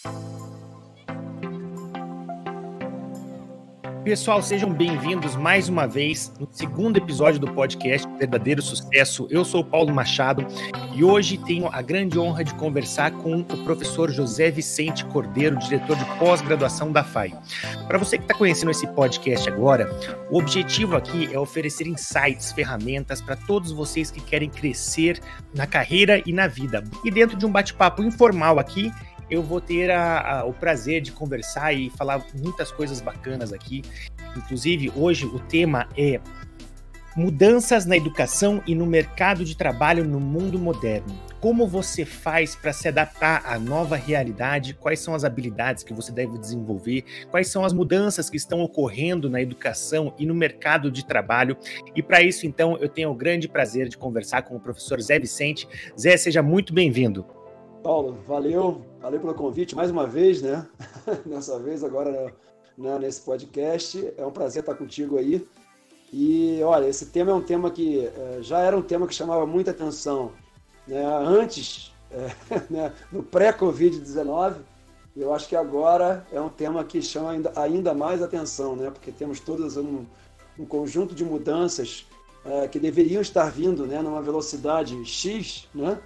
Pessoal, sejam bem-vindos mais uma vez no segundo episódio do podcast Verdadeiro Sucesso. Eu sou o Paulo Machado e hoje tenho a grande honra de conversar com o professor José Vicente Cordeiro, diretor de pós-graduação da FAI. Para você que está conhecendo esse podcast agora, o objetivo aqui é oferecer insights, ferramentas para todos vocês que querem crescer na carreira e na vida. E dentro de um bate-papo informal aqui, eu vou ter o prazer de conversar e falar muitas coisas bacanas aqui. Inclusive, hoje o tema é mudanças na educação e no mercado de trabalho no mundo moderno. Como você faz para se adaptar à nova realidade? Quais são as habilidades que você deve desenvolver? Quais são as mudanças que estão ocorrendo na educação e no mercado de trabalho? E para isso, então, eu tenho o grande prazer de conversar com o professor Zé Vicente. Zé, seja muito bem-vindo. Paulo, valeu pelo convite mais uma vez, né? Nessa vez agora nesse podcast. É um prazer estar contigo aí. E olha, esse tema é um tema que já era um tema que chamava muita atenção, né? Antes, né? No pré-Covid-19, eu acho que agora é um tema que chama ainda mais atenção, né? Porque temos todos um conjunto de mudanças que deveriam estar vindo, né? Numa velocidade X, né?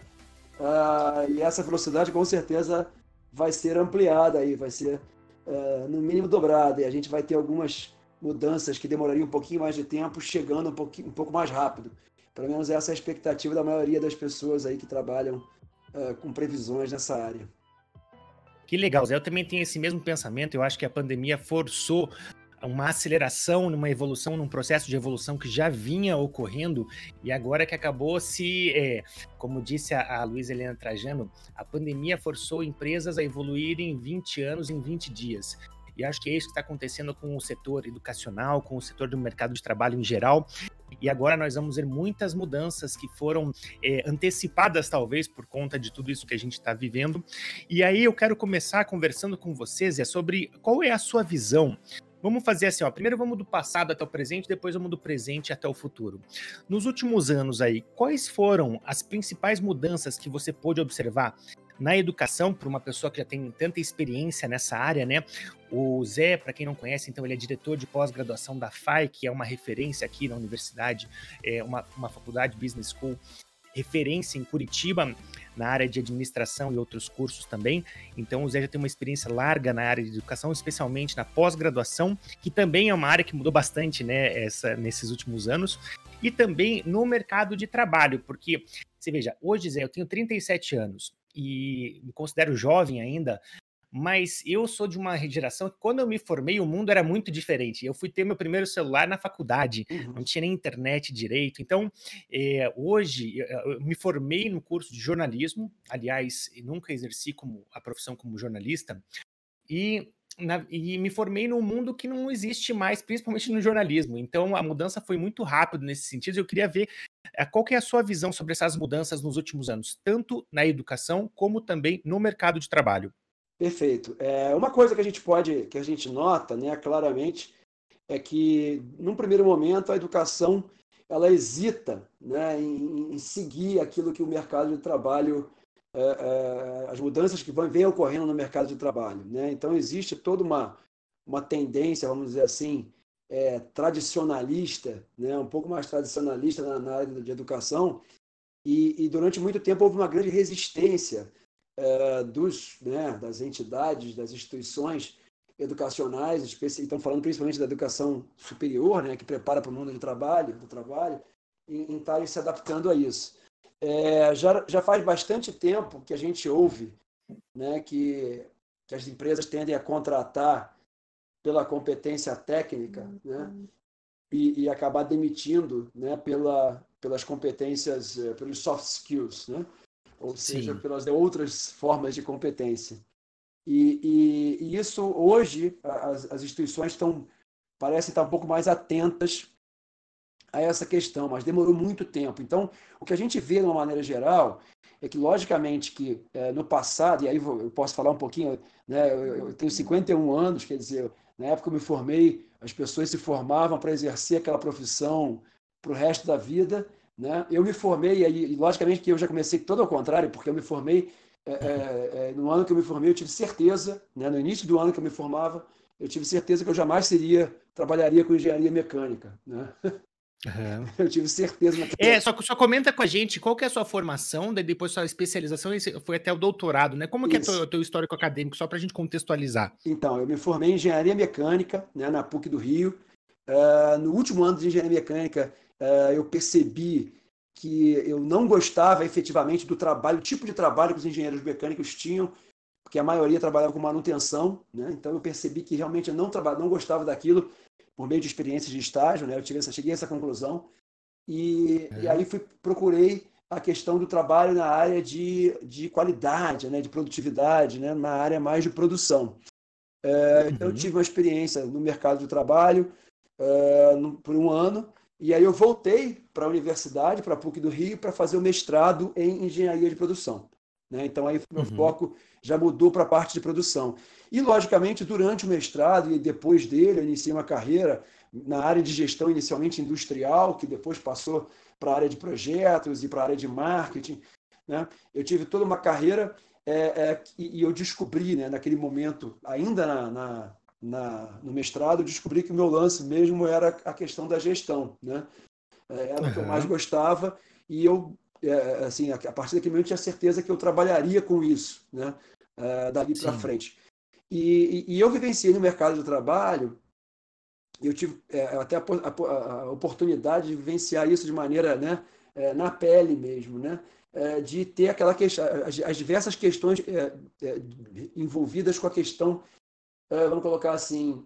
E essa velocidade com certeza vai ser ampliada, aí, vai ser no mínimo dobrada, e a gente vai ter algumas mudanças que demorariam um pouquinho mais de tempo, chegando um pouco mais rápido. Pelo menos essa é a expectativa da maioria das pessoas aí que trabalham com previsões nessa área. Que legal, Zé. Eu também tenho esse mesmo pensamento. Eu acho que a pandemia forçou uma aceleração, numa evolução, num processo de evolução que já vinha ocorrendo e agora que acabou como disse a Luísa Helena Trajano, a pandemia forçou empresas a evoluírem 20 anos em 20 dias. E acho que é isso que está acontecendo com o setor educacional, com o setor do mercado de trabalho em geral. E agora nós vamos ver muitas mudanças que foram antecipadas, talvez, por conta de tudo isso que a gente está vivendo. E aí eu quero começar conversando com vocês sobre qual é a sua visão. Vamos fazer assim, primeiro vamos do passado até o presente, depois vamos do presente até o futuro. Nos últimos anos aí, quais foram as principais mudanças que você pôde observar na educação, para uma pessoa que já tem tanta experiência nessa área, né? O Zé, para quem não conhece, então ele é diretor de pós-graduação da FAI, que é uma referência aqui na universidade, uma faculdade Business School, referência em Curitiba, na área de administração e outros cursos também. Então o Zé já tem uma experiência larga na área de educação, especialmente na pós-graduação, que também é uma área que mudou bastante, né, nesses últimos anos, e também no mercado de trabalho, porque, você veja, hoje, Zé, eu tenho 37 anos e me considero jovem ainda, mas eu sou de uma geração que quando eu me formei o mundo era muito diferente. Eu fui ter meu primeiro celular na faculdade, não tinha nem internet direito. Então, hoje eu me formei no curso de jornalismo, aliás, nunca exerci a profissão como jornalista, e me formei num mundo que não existe mais, principalmente no jornalismo. Então, a mudança foi muito rápida nesse sentido. Eu queria ver qual que é a sua visão sobre essas mudanças nos últimos anos, tanto na educação como também no mercado de trabalho. Perfeito. Uma coisa que a gente nota, né, claramente, é que, num primeiro momento, a educação ela hesita, né, em seguir aquilo que o mercado de trabalho, as mudanças que vêm ocorrendo no mercado de trabalho, né? Então, existe toda uma tendência, vamos dizer assim, tradicionalista, né, um pouco mais tradicionalista na área de educação, e durante muito tempo houve uma grande resistência das entidades, das instituições educacionais, estão falando principalmente da educação superior, né, que prepara para o mundo do trabalho, em estarem se adaptando a isso. Já faz bastante tempo que a gente ouve, né, que as empresas tendem a contratar pela competência técnica, né, e acabar demitindo, né, pelas competências, pelos soft skills, né? Ou seja, Sim. pelas outras formas de competência. E isso, hoje, as instituições parecem estar um pouco mais atentas a essa questão, mas demorou muito tempo. Então, o que a gente vê, de uma maneira geral, é que, logicamente, que no passado, e aí eu posso falar um pouquinho, né, eu tenho 51 anos, quer dizer, na época que eu me formei, as pessoas se formavam para exercer aquela profissão para o resto da vida, né? Eu me formei, e logicamente que eu já comecei todo ao contrário, porque eu me formei no ano que eu me formei, eu tive certeza, né, no início do ano que eu me formava, eu tive certeza que eu jamais trabalharia com engenharia mecânica, né? Aham. Eu tive certeza naquela época. Só comenta com a gente qual que é a sua formação, daí depois sua especialização e você foi até o doutorado, né? Como que é Isso. teu histórico acadêmico, só para a gente contextualizar? Então, eu me formei em engenharia mecânica, né, na PUC do Rio. No último ano de engenharia mecânica, eu percebi que eu não gostava efetivamente do trabalho, o tipo de trabalho que os engenheiros mecânicos tinham, porque a maioria trabalhava com manutenção, né? Então eu percebi que realmente eu não gostava daquilo por meio de experiências de estágio, né? Cheguei a essa conclusão e aí procurei a questão do trabalho na área de qualidade, né? De produtividade, né? Na área mais de produção. Então eu Uhum. tive uma experiência no mercado de trabalho por um ano, e aí eu voltei para a universidade, para a PUC do Rio, para fazer o mestrado em engenharia de produção. Né? Então aí meu Uhum. foco já mudou para a parte de produção. E, logicamente, durante o mestrado e depois dele, eu iniciei uma carreira na área de gestão inicialmente industrial, que depois passou para a área de projetos e para a área de marketing. Né? Eu tive toda uma carreira e eu descobri, né, naquele momento, ainda no mestrado, descobri que o meu lance mesmo era a questão da gestão, né? Era o que eu mais Aham. gostava e eu, assim, a partir daquele momento, tinha certeza que eu trabalharia com isso, né? Dali para Sim. frente. E eu vivenciei no mercado de trabalho, eu tive até a oportunidade de vivenciar isso de maneira, né, na pele mesmo, né? De ter aquela questão, as diversas questões envolvidas com a questão, vamos colocar assim,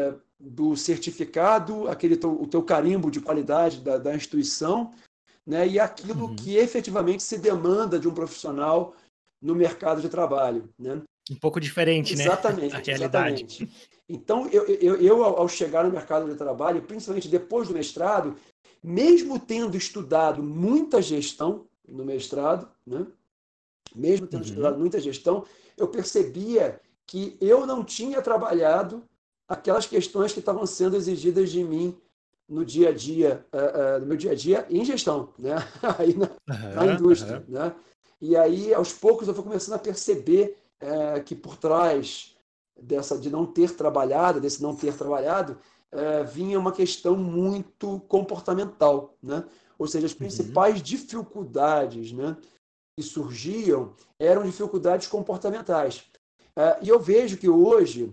do certificado, o teu carimbo de qualidade da instituição, né, e aquilo Uhum. que efetivamente se demanda de um profissional no mercado de trabalho, né? Um pouco diferente, né? A Exatamente, realidade. exatamente. Então, eu ao chegar no mercado de trabalho, principalmente depois do mestrado, mesmo tendo estudado muita gestão no mestrado, né? Mesmo tendo estudado Uhum. muita gestão, eu percebia que eu não tinha trabalhado aquelas questões que estavam sendo exigidas de mim no dia a dia, no meu dia a dia em gestão, né? Aí na Aham, indústria, aham. né? E aí, aos poucos, eu fui começando a perceber que por trás de não ter trabalhado, desse não ter trabalhado, vinha uma questão muito comportamental, né? Ou seja, as Uhum. principais dificuldades, né, que surgiam eram dificuldades comportamentais. E eu vejo que hoje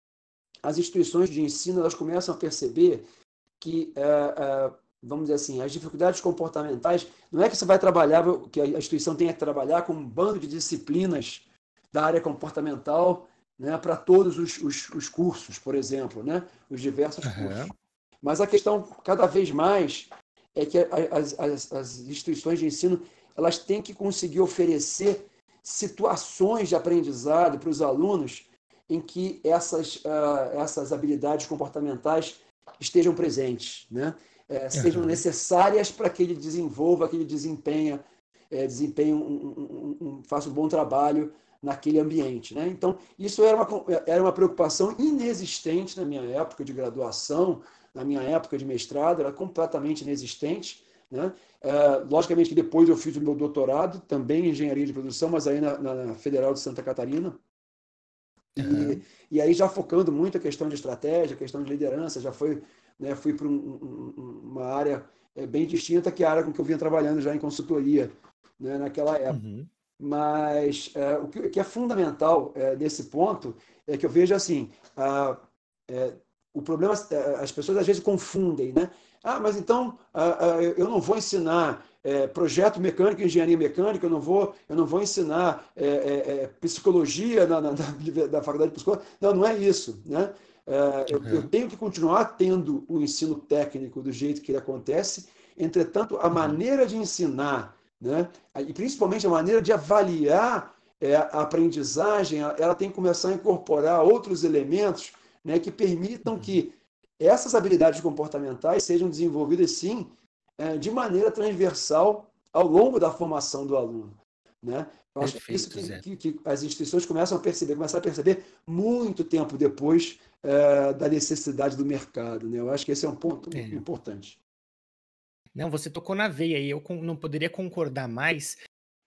as instituições de ensino elas começam a perceber que, vamos dizer assim, as dificuldades comportamentais, não é que você vai trabalhar, que a instituição tenha que trabalhar com um bando de disciplinas da área comportamental, né, para todos os cursos, por exemplo, né, os diversos cursos. Aham. Mas a questão, cada vez mais, é que as instituições de ensino elas têm que conseguir oferecer situações de aprendizado para os alunos em que essas habilidades comportamentais estejam presentes, né? Sejam Aham. necessárias para que ele desenvolva, que ele faça um bom trabalho naquele ambiente, né? Então, isso era uma preocupação inexistente na minha época de graduação, na minha época de mestrado, era completamente inexistente, né? Logicamente que depois eu fiz o meu doutorado, também em engenharia de produção, mas aí na Federal de Santa Catarina, e, Aham. e aí já focando muito a questão de estratégia, a questão de liderança, fui para uma área bem distinta que a área com que eu vinha trabalhando já em consultoria, né, naquela época. Uhum. Mas o que é fundamental nesse ponto é que eu vejo assim, é, o problema, as pessoas às vezes confundem, né? Mas então eu não vou ensinar projeto mecânico, engenharia mecânica, eu não vou ensinar psicologia da faculdade de psicologia. Não, não é isso, né? Eu Aham. tenho que continuar tendo o ensino técnico do jeito que ele acontece, entretanto, a Uhum. maneira de ensinar, né? E principalmente a maneira de avaliar a aprendizagem, ela tem que começar a incorporar outros elementos, né, que permitam Uhum. que essas habilidades comportamentais sejam desenvolvidas, sim, de maneira transversal ao longo da formação do aluno. Né? Eu acho que é isso Perfeito, Zé. que as instituições começam a perceber muito tempo depois da necessidade do mercado. Né? Eu acho que esse é um ponto É. importante. Não, você tocou na veia e não poderia concordar mais.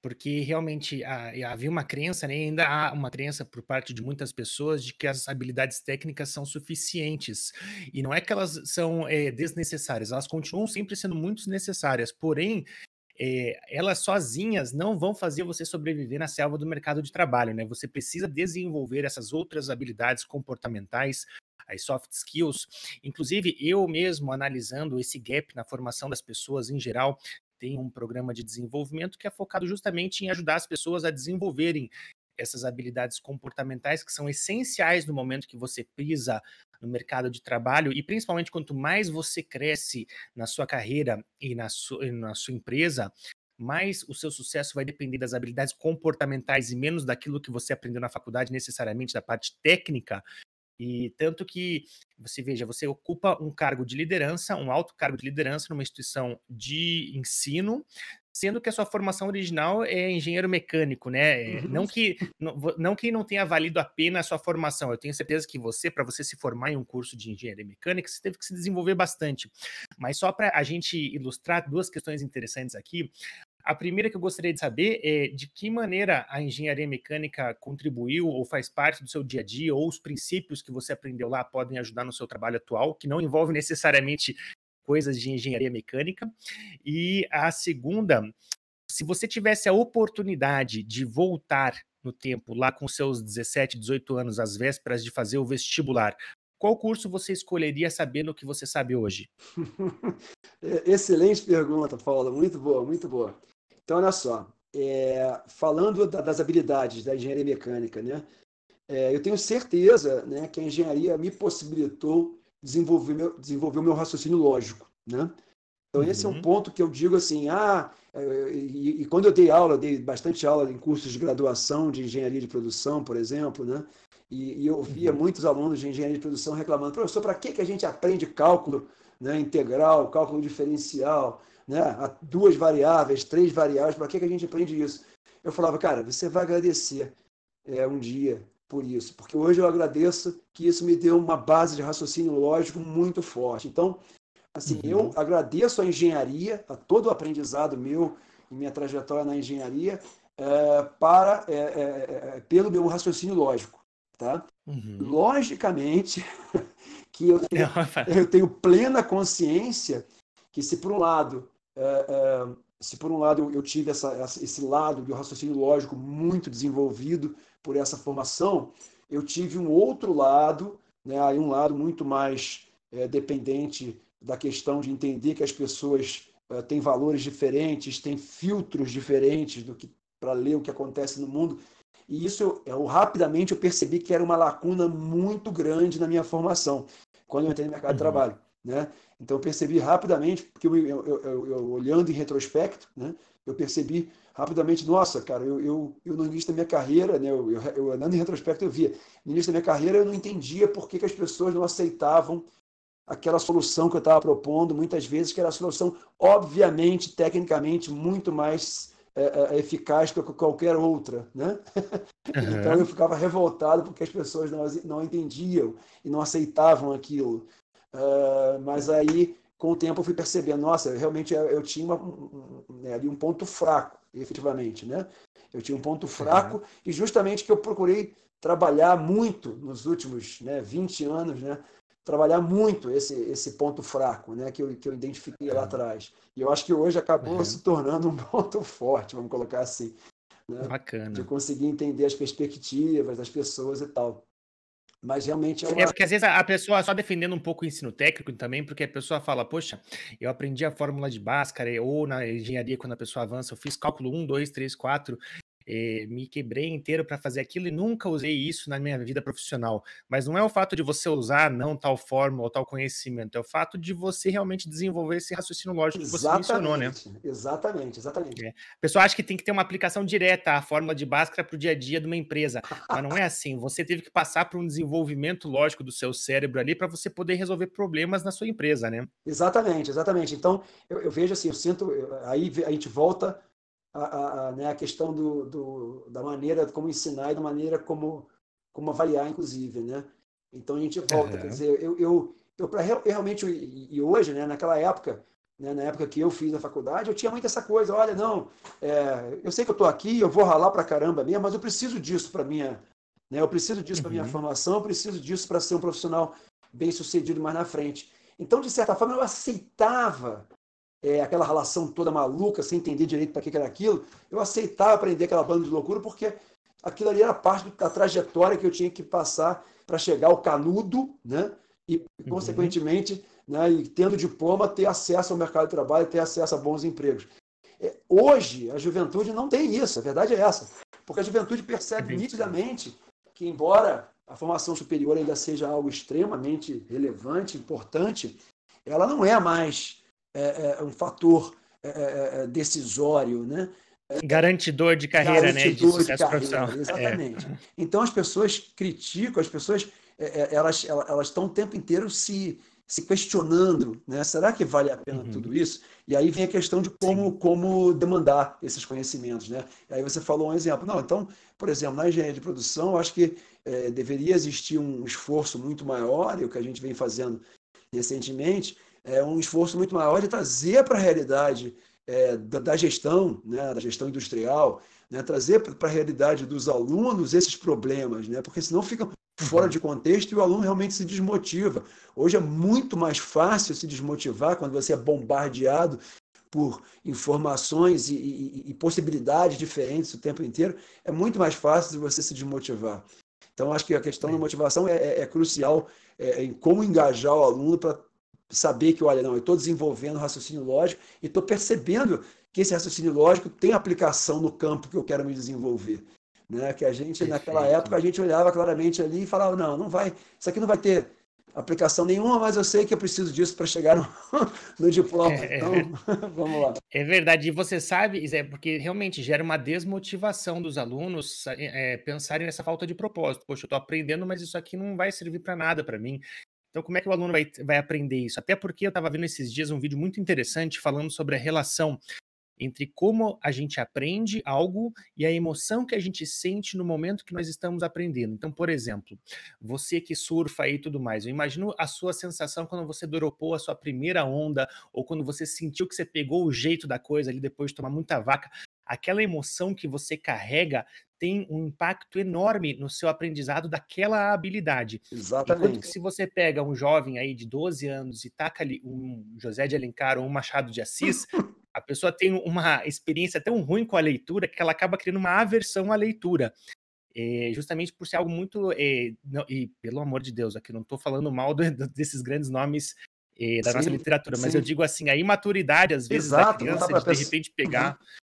porque realmente havia uma crença, né, ainda há uma crença por parte de muitas pessoas de que as habilidades técnicas são suficientes. E não é que elas são desnecessárias, elas continuam sempre sendo muito necessárias, porém, elas sozinhas não vão fazer você sobreviver na selva do mercado de trabalho, né? Você precisa desenvolver essas outras habilidades comportamentais, as soft skills. Inclusive, eu mesmo analisando esse gap na formação das pessoas em geral, tem um programa de desenvolvimento que é focado justamente em ajudar as pessoas a desenvolverem essas habilidades comportamentais que são essenciais no momento que você pisa no mercado de trabalho e principalmente quanto mais você cresce na sua carreira e na sua empresa, mais o seu sucesso vai depender das habilidades comportamentais e menos daquilo que você aprendeu na faculdade, necessariamente da parte técnica. E tanto que você veja, você ocupa um cargo de liderança, um alto cargo de liderança numa instituição de ensino, sendo que a sua formação original é engenheiro mecânico, né? Uhum. Não que não tenha valido a pena a sua formação. Eu tenho certeza que você, para você se formar em um curso de engenharia mecânica, você teve que se desenvolver bastante. Mas só para a gente ilustrar duas questões interessantes aqui, a primeira que eu gostaria de saber é de que maneira a engenharia mecânica contribuiu ou faz parte do seu dia a dia, ou os princípios que você aprendeu lá podem ajudar no seu trabalho atual, que não envolve necessariamente coisas de engenharia mecânica. E a segunda, se você tivesse a oportunidade de voltar no tempo, lá com seus 17, 18 anos, às vésperas de fazer o vestibular, qual curso você escolheria sabendo o que você sabe hoje? Excelente pergunta, Paula. Muito boa, muito boa. Então, olha só. Falando das habilidades da engenharia mecânica, né? Eu tenho certeza, né, que a engenharia me possibilitou desenvolver o meu raciocínio lógico, né? Então, esse é um Uhum, ponto que eu digo assim, e quando eu dei aula, eu dei bastante aula em cursos de graduação de engenharia de produção, por exemplo, né? E eu via uhum, muitos alunos de engenharia de produção reclamando, professor, para que a gente aprende cálculo, né, integral, cálculo diferencial, né, duas variáveis, três variáveis, para que a gente aprende isso? Eu falava, cara, você vai agradecer um dia por isso, porque hoje eu agradeço que isso me deu uma base de raciocínio lógico muito forte. Então, assim, eu uhum, agradeço a engenharia, a todo o aprendizado meu e minha trajetória na engenharia, pelo meu raciocínio lógico, tá? uhum. Logicamente que eu tenho plena consciência que se por um lado eu tive esse lado do raciocínio lógico muito desenvolvido por essa formação, eu tive um outro lado, né, aí um lado muito mais dependente da questão de entender que as pessoas têm valores diferentes, têm filtros diferentes do que para ler o que acontece no mundo. E isso rapidamente eu percebi que era uma lacuna muito grande na minha formação, quando eu entrei no mercado de Uhum. trabalho, né? Então eu percebi rapidamente, porque eu olhando em retrospecto, né, eu percebi rapidamente, nossa, cara, eu no início da minha carreira, né, eu olhando em retrospecto, eu via, no início da minha carreira eu não entendia por que as pessoas não aceitavam aquela solução que eu estava propondo, muitas vezes, que era a solução, obviamente, tecnicamente, muito mais eficaz que qualquer outra, né? Então eu Aham. ficava revoltado porque as pessoas não entendiam e não aceitavam aquilo. Mas aí, com o tempo, eu fui percebendo, nossa, realmente eu tinha ali um ponto fraco, efetivamente, né? Eu tinha um ponto Aham. fraco e justamente que eu procurei trabalhar muito nos últimos, né, 20 anos, né? Trabalhar muito esse ponto fraco, né, que eu identifiquei lá Aham. atrás. E eu acho que hoje acabou se Aham. tornando um ponto forte, vamos colocar assim, né? De Bacana. conseguir entender as perspectivas das pessoas e tal. Mas realmente é É, uma. porque às vezes a pessoa só defendendo um pouco o ensino técnico também, porque a pessoa fala, poxa, eu aprendi a fórmula de Bhaskara, ou na engenharia, quando a pessoa avança, eu fiz cálculo 1, 2, 3, 4, me quebrei inteiro para fazer aquilo e nunca usei isso na minha vida profissional. Mas não é o fato de você usar não tal fórmula ou tal conhecimento, é o fato de você realmente desenvolver esse raciocínio lógico que você mencionou, né? Exatamente, exatamente, exatamente. É. A pessoa acha que tem que ter uma aplicação direta à fórmula de Bhaskara para o dia a dia de uma empresa, mas não é assim. Você teve que passar por um desenvolvimento lógico do seu cérebro ali para você poder resolver problemas na sua empresa, né? Exatamente, exatamente. Então, eu vejo assim, eu sinto, aí a gente volta né, a questão da maneira como ensinar e da maneira como avaliar, inclusive, né? Então, a gente volta, quer Aham. dizer, realmente, e hoje, né, naquela época, né, na época que eu fiz a faculdade, eu tinha muito essa coisa, olha, não, eu sei que eu estou aqui, eu vou ralar pra caramba mesmo, mas eu preciso disso para minha, né, eu preciso disso para minha formação, eu preciso disso para ser um profissional bem-sucedido mais na frente. Então, de certa forma, eu aceitava aquela relação toda maluca, sem entender direito para que era aquilo, eu aceitava aprender aquela banda de loucura, porque aquilo ali era parte da trajetória que eu tinha que passar para chegar ao canudo, né? E, consequentemente, né, e tendo diploma, ter acesso ao mercado de trabalho, ter acesso a bons empregos. Hoje, a juventude não tem isso, a verdade é essa. Porque a juventude percebe nitidamente que, embora a formação superior ainda seja algo extremamente relevante, importante, ela não é mais um fator decisório, né? Garantidor de carreira, né? De sucesso profissional. Exatamente. Então, as pessoas criticam, as pessoas elas estão o tempo inteiro se questionando, né? Será que vale a pena tudo isso? E aí vem a questão de como demandar esses conhecimentos, né? E aí você falou um exemplo. Não, então, por exemplo, na engenharia de produção, eu acho que deveria existir um esforço muito maior, e o que a gente vem fazendo recentemente, um esforço muito maior de trazer para a realidade da gestão, né, da gestão industrial, né, trazer para a realidade dos alunos esses problemas, né, porque senão ficam fora de contexto e o aluno realmente se desmotiva. Hoje é muito mais fácil se desmotivar quando você é bombardeado por informações e possibilidades diferentes o tempo inteiro. É muito mais fácil de você se desmotivar. Então, acho que a questão da motivação é crucial em como engajar o aluno para saber que, olha, não, eu estou desenvolvendo raciocínio lógico e estou percebendo que esse raciocínio lógico tem aplicação no campo que eu quero me desenvolver. Né? Que a gente, naquela época, a gente olhava claramente ali e falava, não vai, isso aqui não vai ter aplicação nenhuma, mas eu sei que eu preciso disso para chegar no diploma. Então, vamos lá. É verdade, e você sabe, Zé, porque realmente gera uma desmotivação dos alunos pensarem nessa falta de propósito. Poxa, eu estou aprendendo, mas isso aqui não vai servir para nada para mim. Então, como é que o aluno vai aprender isso? Até porque eu estava vendo esses dias um vídeo muito interessante falando sobre a relação entre como a gente aprende algo e a emoção que a gente sente no momento que nós estamos aprendendo. Então, por exemplo, você que surfa e tudo mais, eu imagino a sua sensação quando você dropou a sua primeira onda ou quando você sentiu que você pegou o jeito da coisa ali depois de tomar muita vaca. Aquela emoção que você carrega tem um impacto enorme no seu aprendizado daquela habilidade. Exatamente. Enquanto que se você pega um jovem aí de 12 anos e taca ali um José de Alencar ou um Machado de Assis, a pessoa tem uma experiência tão ruim com a leitura que ela acaba criando uma aversão à leitura. Justamente por ser algo muito... não, e, pelo amor de Deus, aqui não estou falando mal desses grandes nomes da nossa literatura, mas eu digo assim, a imaturidade, às vezes, da criança, de repente pegar...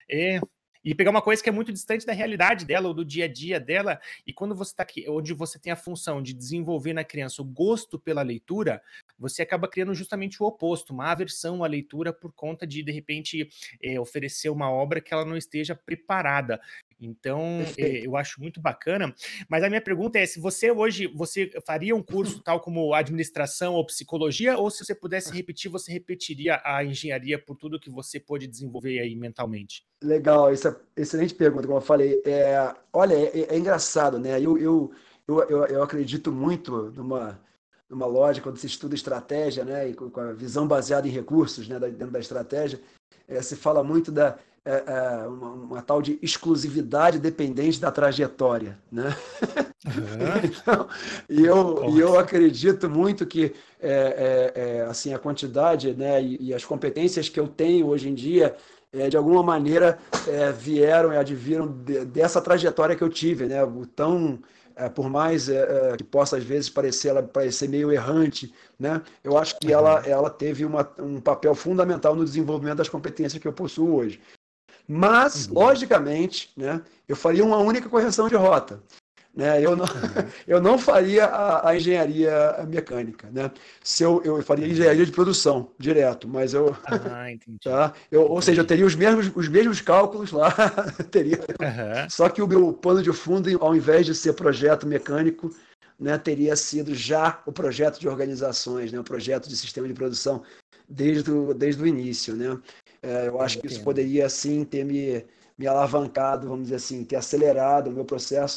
E pegar uma coisa que é muito distante da realidade dela ou do dia a dia dela, e quando você está aqui, onde você tem a função de desenvolver na criança o gosto pela leitura, você acaba criando justamente o oposto, uma aversão à leitura por conta de repente, oferecer uma obra que ela não esteja preparada. Então, eu acho muito bacana. Mas a minha pergunta é, se você hoje, você faria um curso tal como administração ou psicologia, ou se você pudesse repetir, você repetiria a engenharia por tudo que você pôde desenvolver aí mentalmente? Legal, isso é excelente pergunta, como eu falei. Olha, é engraçado, né? Eu acredito muito numa lógica, quando se estuda estratégia, né? E com a visão baseada em recursos, né? Dentro da estratégia, se fala muito da uma tal de exclusividade dependente da trajetória, né? Então, eu acredito muito que assim, a quantidade, né? E as competências que eu tenho hoje em dia de alguma maneira vieram e adviram dessa trajetória que eu tive, né? Por mais que possa às vezes parecer meio errante, né? Eu acho que ela teve um papel fundamental no desenvolvimento das competências que eu possuo hoje. Mas, logicamente, né, eu faria uma única correção de rota. Né? Eu não faria a engenharia mecânica, né? Eu faria engenharia de produção direto, mas entendi. Ou seja, eu teria os mesmos cálculos lá, teria. Só que o meu pano de fundo, ao invés de ser projeto mecânico, né, teria sido já o projeto de organizações, né, o projeto de sistema de produção desde o início, né? Eu acho que isso poderia, assim, ter me alavancado, vamos dizer assim, ter acelerado o meu processo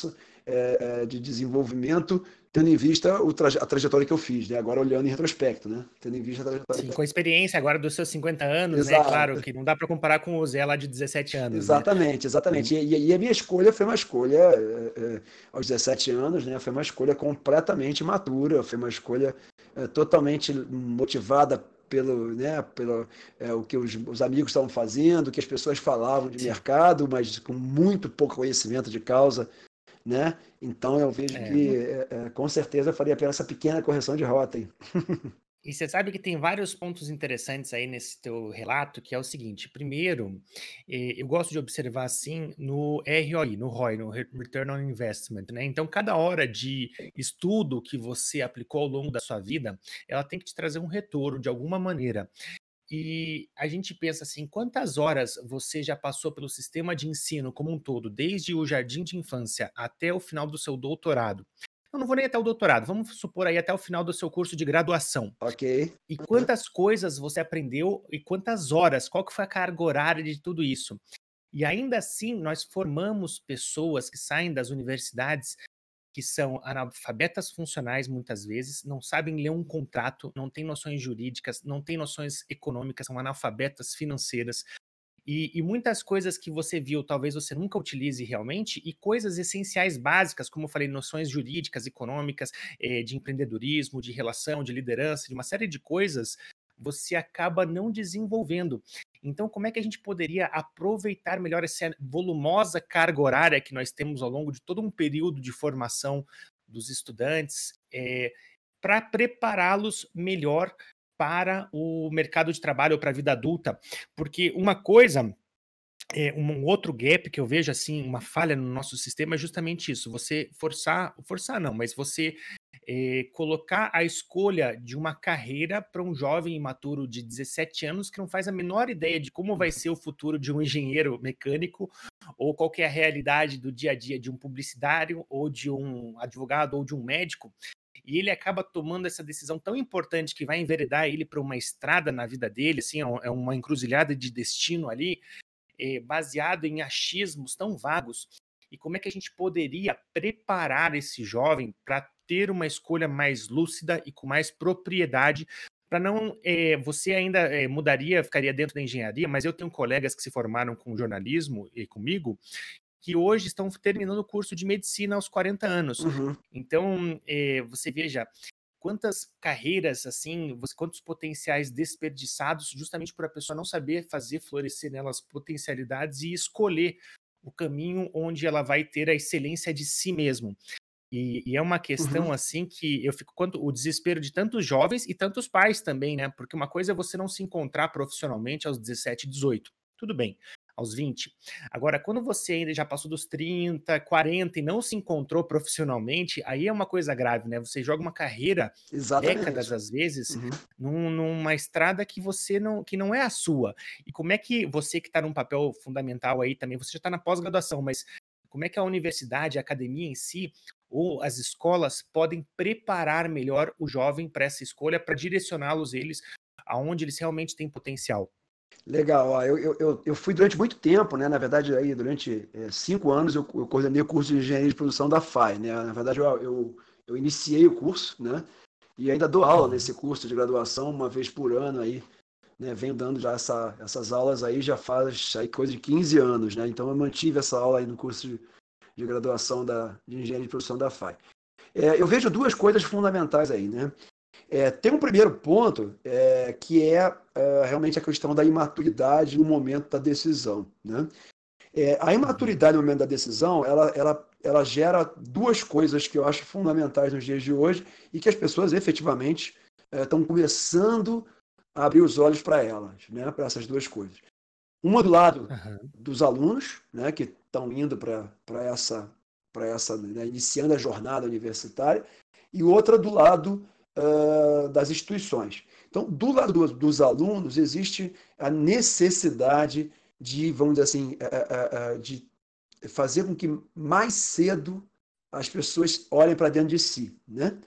de desenvolvimento, tendo em vista a trajetória que eu fiz, né? Agora olhando em retrospecto, né? Tendo em vista a trajetória Sim, que eu com a experiência agora dos seus 50 anos, fiz. né? Claro Exato. que não dá para comparar com o Zé lá de 17 anos, né? Exatamente, exatamente. E a minha escolha foi uma escolha, aos 17 anos, né? Foi uma escolha completamente matura, foi uma escolha totalmente motivada pelo o que os amigos estavam fazendo, o que as pessoas falavam de Sim. mercado, mas com muito pouco conhecimento de causa, né? Então eu vejo É. que com certeza eu faria a pena essa pequena correção de rota aí. E você sabe que tem vários pontos interessantes aí nesse teu relato, que é o seguinte: primeiro, eu gosto de observar assim no ROI, no ROI, no Return on Investment, né? Então, cada hora de estudo que você aplicou ao longo da sua vida, ela tem que te trazer um retorno de alguma maneira. E a gente pensa assim, quantas horas você já passou pelo sistema de ensino como um todo, desde o jardim de infância até o final do seu doutorado? Eu não vou nem até o doutorado, vamos supor aí até o final do seu curso de graduação. Ok? E quantas coisas você aprendeu e quantas horas? Qual que foi a carga horária de tudo isso? E ainda assim, nós formamos pessoas que saem das universidades que são analfabetas funcionais muitas vezes, não sabem ler um contrato, não têm noções jurídicas, não têm noções econômicas, são analfabetas financeiras. E muitas coisas que você viu, talvez você nunca utilize realmente, e coisas essenciais básicas, como eu falei, noções jurídicas, econômicas, de empreendedorismo, de relação, de liderança, de uma série de coisas, você acaba não desenvolvendo. Então, como é que a gente poderia aproveitar melhor essa volumosa carga horária que nós temos ao longo de todo um período de formação dos estudantes, para prepará-los melhor para o mercado de trabalho ou para a vida adulta? Porque uma coisa, um outro gap que eu vejo, assim, uma falha no nosso sistema é justamente isso, você forçar não, mas você colocar a escolha de uma carreira para um jovem imaturo de 17 anos que não faz a menor ideia de como vai ser o futuro de um engenheiro mecânico ou qual que é a realidade do dia a dia de um publicitário ou de um advogado ou de um médico, e ele acaba tomando essa decisão tão importante que vai enveredar ele para uma estrada na vida dele, assim, é uma encruzilhada de destino ali, baseado em achismos tão vagos. E como é que a gente poderia preparar esse jovem para ter uma escolha mais lúcida e com mais propriedade, para não, você ainda mudaria, ficaria dentro da engenharia, mas eu tenho colegas que se formaram com jornalismo e comigo, que hoje estão terminando o curso de medicina aos 40 anos. Uhum. Então, você veja quantas carreiras, assim, quantos potenciais desperdiçados justamente por a pessoa não saber fazer florescer nelas potencialidades e escolher o caminho onde ela vai ter a excelência de si mesmo. E é uma Uhum. questão assim que eu fico quanto o desespero de tantos jovens e tantos pais também, né? Porque uma coisa é você não se encontrar profissionalmente aos 17, 18. Tudo bem, aos 20. Agora, quando você ainda já passou dos 30, 40 e não se encontrou profissionalmente, aí é uma coisa grave, né? Você joga uma carreira, décadas Exatamente. às vezes, Uhum. numa estrada que você não, que não é a sua. E como é que você que está num papel fundamental aí também, você já está na pós-graduação, mas como é que a universidade, a academia em si, ou as escolas podem preparar melhor o jovem para essa escolha, para direcioná-los eles aonde eles realmente têm potencial? Legal. Ó, eu fui durante muito tempo, né? Na verdade, aí, durante 5 anos, eu coordenei o curso de Engenharia de Produção da FAI, né? Na verdade, eu iniciei o curso, né? E ainda dou aula Uhum. nesse curso de graduação uma vez por ano aí, né? Venho dando já essas aulas aí já faz aí coisa de 15 anos, né? Então eu mantive essa aula aí no curso de graduação de Engenharia de Produção da FAI. Eu vejo duas coisas fundamentais aí, né? Tem um primeiro ponto que realmente a questão da imaturidade no momento da decisão, né? A Uhum. imaturidade no momento da decisão, ela gera duas coisas que eu acho fundamentais nos dias de hoje e que as pessoas efetivamente estão começando a abrir os olhos para elas, né? Para essas duas coisas. Uma do lado Aham. dos alunos, né? Que estão indo para essa, né, iniciando a jornada universitária, e outra do lado das instituições. Então, do lado dos alunos, existe a necessidade de, vamos dizer assim, de fazer com que mais cedo as pessoas olhem para dentro de si, né?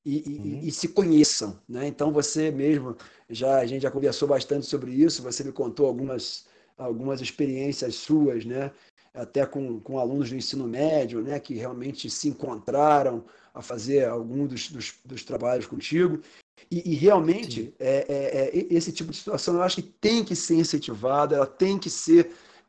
E Uhum. se conheçam, né? Então você mesmo, a gente já conversou bastante sobre isso, você me contou algumas experiências suas, né? até com alunos do ensino médio, né, que realmente se encontraram a fazer algum dos trabalhos contigo. E realmente, esse tipo de situação eu acho que tem que ser incentivada, ela tem que ser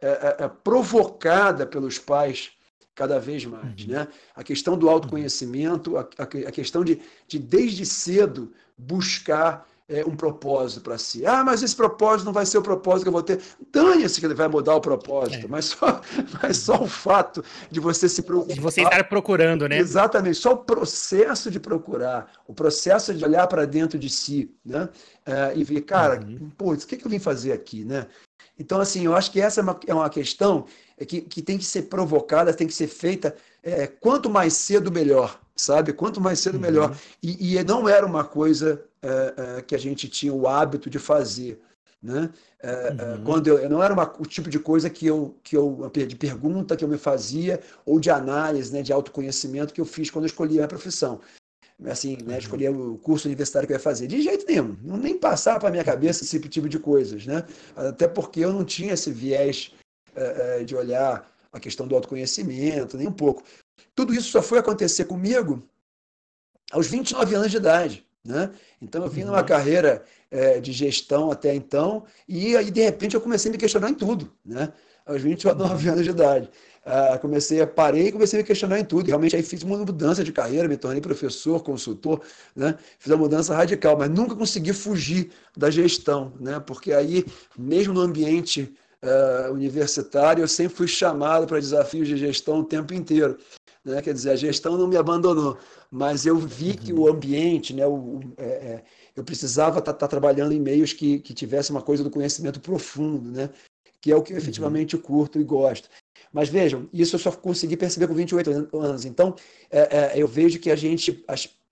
provocada pelos pais cada vez mais. Né? A questão do autoconhecimento, a questão de desde cedo buscar um propósito para si. Ah, mas esse propósito não vai ser o propósito que eu vou ter. Dane-se que ele vai mudar o propósito, mas só o fato de você se preocupar. De você estar procurando, né? Exatamente, só o processo de procurar, o processo de olhar para dentro de si, né? E ver, cara, putz, o que eu vim fazer aqui, né? Então, assim, eu acho que essa é uma questão que tem que ser provocada, tem que ser feita quanto mais cedo, melhor, sabe? Quanto mais cedo, melhor. E não era uma coisa que a gente tinha o hábito de fazer, né? Quando eu não era o tipo de coisa de pergunta que eu me fazia ou de análise, né, de autoconhecimento que eu fiz quando eu escolhi a profissão. Assim, né, escolher o curso universitário que eu ia fazer. De jeito nenhum, não nem passava para a minha cabeça esse tipo de coisas, né? Até porque eu não tinha esse viés de olhar a questão do autoconhecimento, nem um pouco. Tudo isso só foi acontecer comigo aos 29 anos de idade, né? Então eu vim numa carreira de gestão até então, e aí de repente eu comecei a me questionar em tudo, né? Aos 29 anos de idade. Parei e comecei a me questionar em tudo. Realmente aí fiz uma mudança de carreira, me tornei professor, consultor, né? Fiz uma mudança radical, mas nunca consegui fugir da gestão, né? Porque aí, mesmo no ambiente universitário, eu sempre fui chamado para desafios de gestão o tempo inteiro. Né? Quer dizer, a gestão não me abandonou, mas eu vi que o ambiente, né, eu precisava estar trabalhando em meios que tivesse uma coisa do conhecimento profundo, né? Que é o que eu efetivamente curto e gosto. Mas vejam, isso eu só consegui perceber com 28 anos. Então, eu vejo que a gente,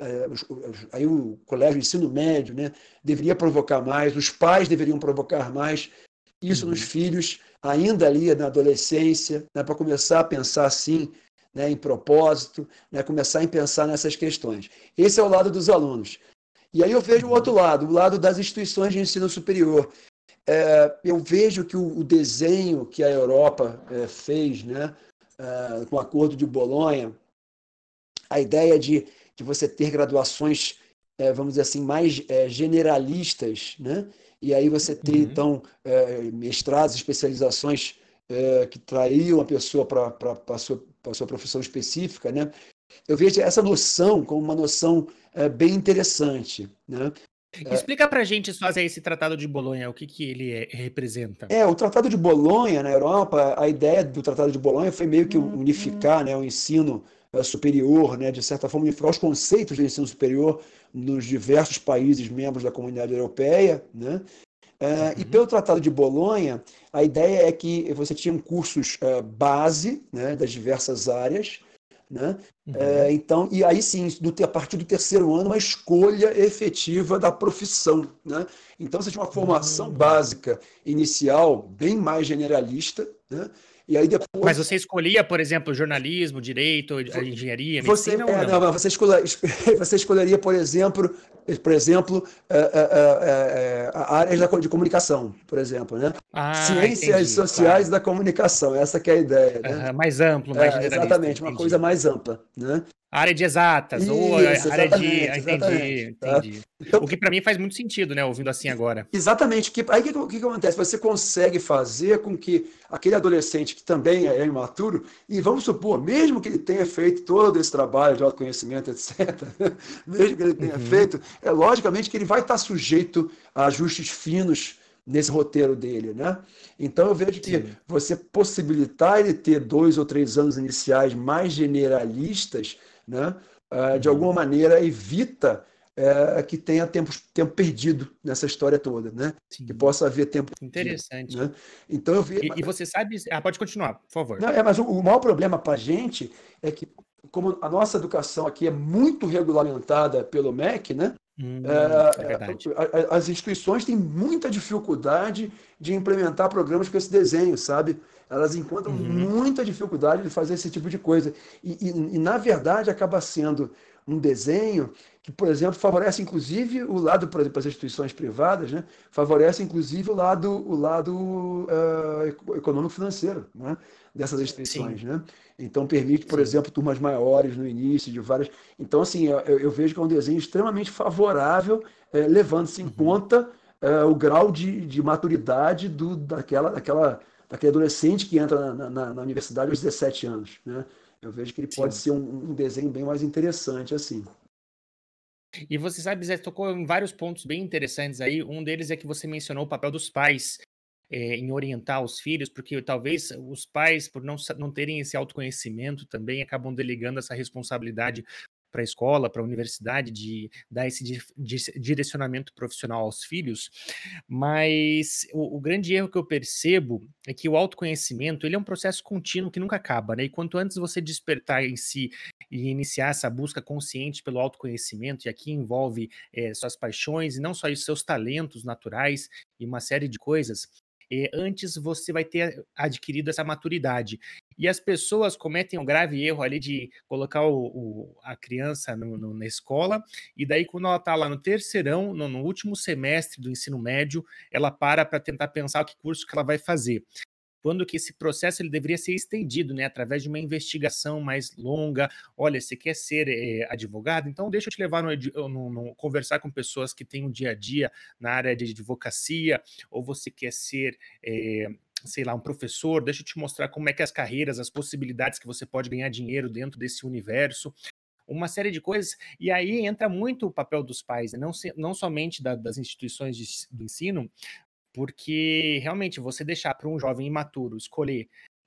aí o colégio, o ensino médio, né, deveria provocar mais, os pais deveriam provocar mais isso nos filhos, ainda ali na adolescência, né, para começar a pensar assim, né, em propósito, né, começar a pensar nessas questões. Esse é o lado dos alunos. E aí eu vejo o outro lado, o lado das instituições de ensino superior. Eu vejo que o desenho que a Europa fez, né, com o Acordo de Bolonha, a ideia de você ter graduações, vamos dizer assim, mais generalistas, né? E aí você ter, então, mestrados, especializações que trariam a pessoa para a sua profissão específica, né? Eu vejo essa noção como uma noção bem interessante, né? Explica pra gente só esse Tratado de Bolonha, o que ele representa. O Tratado de Bolonha, na Europa, a ideia do Tratado de Bolonha foi meio que unificar, né, o ensino superior, né, de certa forma, unificar os conceitos do ensino superior nos diversos países membros da Comunidade Europeia, né? E pelo Tratado de Bolonha, a ideia é que você tinha cursos base, né, das diversas áreas, né? Então, e aí sim, a partir do terceiro ano, uma escolha efetiva da profissão, né? Então você tinha uma formação básica inicial bem mais generalista, né? E aí depois... Mas você escolhia, por exemplo, jornalismo, direito, engenharia, medicina ou não? Não, você escolheria, por exemplo, áreas de comunicação, por exemplo, né? Ciências sociais da comunicação, essa que é a ideia, né? Mais amplo, mais generalista. Exatamente, uma coisa mais ampla, né? Área de exatas, ou área de... Entendi. Então, o que para mim faz muito sentido, né? Ouvindo assim agora. Exatamente. Aí o que acontece? Você consegue fazer com que aquele adolescente que também é imaturo, e vamos supor, mesmo que ele tenha feito todo esse trabalho de autoconhecimento, etc., mesmo que ele tenha feito, logicamente que ele vai estar sujeito a ajustes finos nesse roteiro dele, né? Então eu vejo que você possibilitar ele ter 2 ou 3 anos iniciais mais generalistas, né? De alguma maneira evita que tenha tempo perdido nessa história toda, né? Que possa haver tempo interessante. Perdido, né? Então eu vejo... E você sabe... pode continuar, por favor. Não, mas o maior problema para a gente é que, como a nossa educação aqui é muito regulamentada pelo MEC, né? É verdade. As instituições têm muita dificuldade de implementar programas com esse desenho, sabe? Elas encontram muita dificuldade de fazer esse tipo de coisa. E na verdade, acaba sendo um desenho que, por exemplo, favorece inclusive o lado, por exemplo, as instituições privadas, né? Favorece inclusive o lado econômico-financeiro, né? Dessas instituições, Sim, né? Então permite, por sim. exemplo, turmas maiores no início de várias. Então, assim, eu vejo que é um desenho extremamente favorável, levando-se em Uhum. conta o grau de maturidade daquele adolescente que entra na universidade aos 17 anos, né? Eu vejo que ele pode Sim. ser um desenho bem mais interessante assim. E você sabe, Zé, tocou em vários pontos bem interessantes aí. Um deles é que você mencionou o papel dos pais em orientar os filhos, porque talvez os pais, por não terem esse autoconhecimento, também acabam delegando essa responsabilidade para a escola, para a universidade, de dar esse direcionamento profissional aos filhos. Mas o grande erro que eu percebo é que o autoconhecimento ele é um processo contínuo que nunca acaba, né? E quanto antes você despertar em si e iniciar essa busca consciente pelo autoconhecimento, e aqui envolve suas paixões e não só os seus talentos naturais e uma série de coisas, antes você vai ter adquirido essa maturidade. E as pessoas cometem um grave erro ali de colocar a criança na escola, e daí quando ela está lá no terceirão, no último semestre do ensino médio, ela para tentar pensar que curso que ela vai fazer, quando que esse processo ele deveria ser estendido, né, através de uma investigação mais longa. Olha, você quer ser advogado? Então deixa eu te levar conversar com pessoas que têm um dia a dia na área de advocacia, ou você quer ser sei lá, um professor, deixa eu te mostrar como é que as carreiras, as possibilidades que você pode ganhar dinheiro dentro desse universo, uma série de coisas, e aí entra muito o papel dos pais, né? Não somente das instituições do ensino, porque realmente você deixar para um jovem imaturo escolher,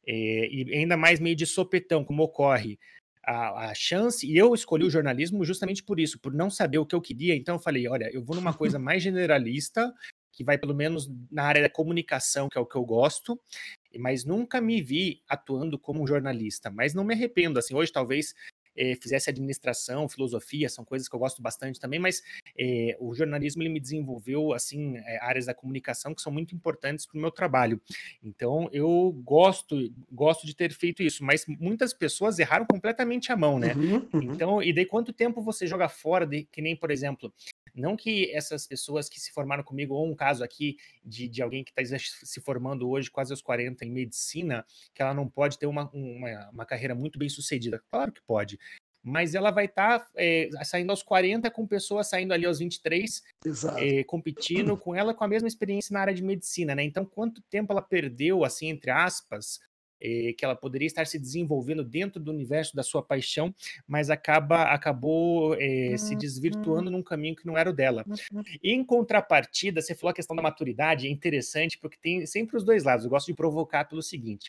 e ainda mais meio de sopetão, como ocorre, a chance, e eu escolhi o jornalismo justamente por isso, por não saber o que eu queria, então eu falei, olha, eu vou numa coisa mais generalista, que vai pelo menos na área da comunicação, que é o que eu gosto, mas nunca me vi atuando como um jornalista, mas não me arrependo, assim, hoje talvez fizesse administração, filosofia, são coisas que eu gosto bastante também, mas o jornalismo ele me desenvolveu assim áreas da comunicação que são muito importantes para o meu trabalho. Então eu gosto de ter feito isso, mas muitas pessoas erraram completamente a mão, né? Uhum, uhum. Então, e daí quanto tempo você joga fora, que nem, por exemplo, não que essas pessoas que se formaram comigo, ou um caso aqui de alguém que está se formando hoje, quase aos 40 em medicina, que ela não pode ter uma carreira muito bem sucedida. Claro que pode, mas ela vai estar saindo aos 40 com pessoas saindo ali aos 23, Exato. competindo com ela com a mesma experiência na área de medicina, né? Então, quanto tempo ela perdeu, assim, entre aspas, que ela poderia estar se desenvolvendo dentro do universo da sua paixão, mas acabou se desvirtuando num caminho que não era o dela. Em contrapartida, você falou a questão da maturidade, é interessante, porque tem sempre os dois lados. Eu gosto de provocar pelo seguinte: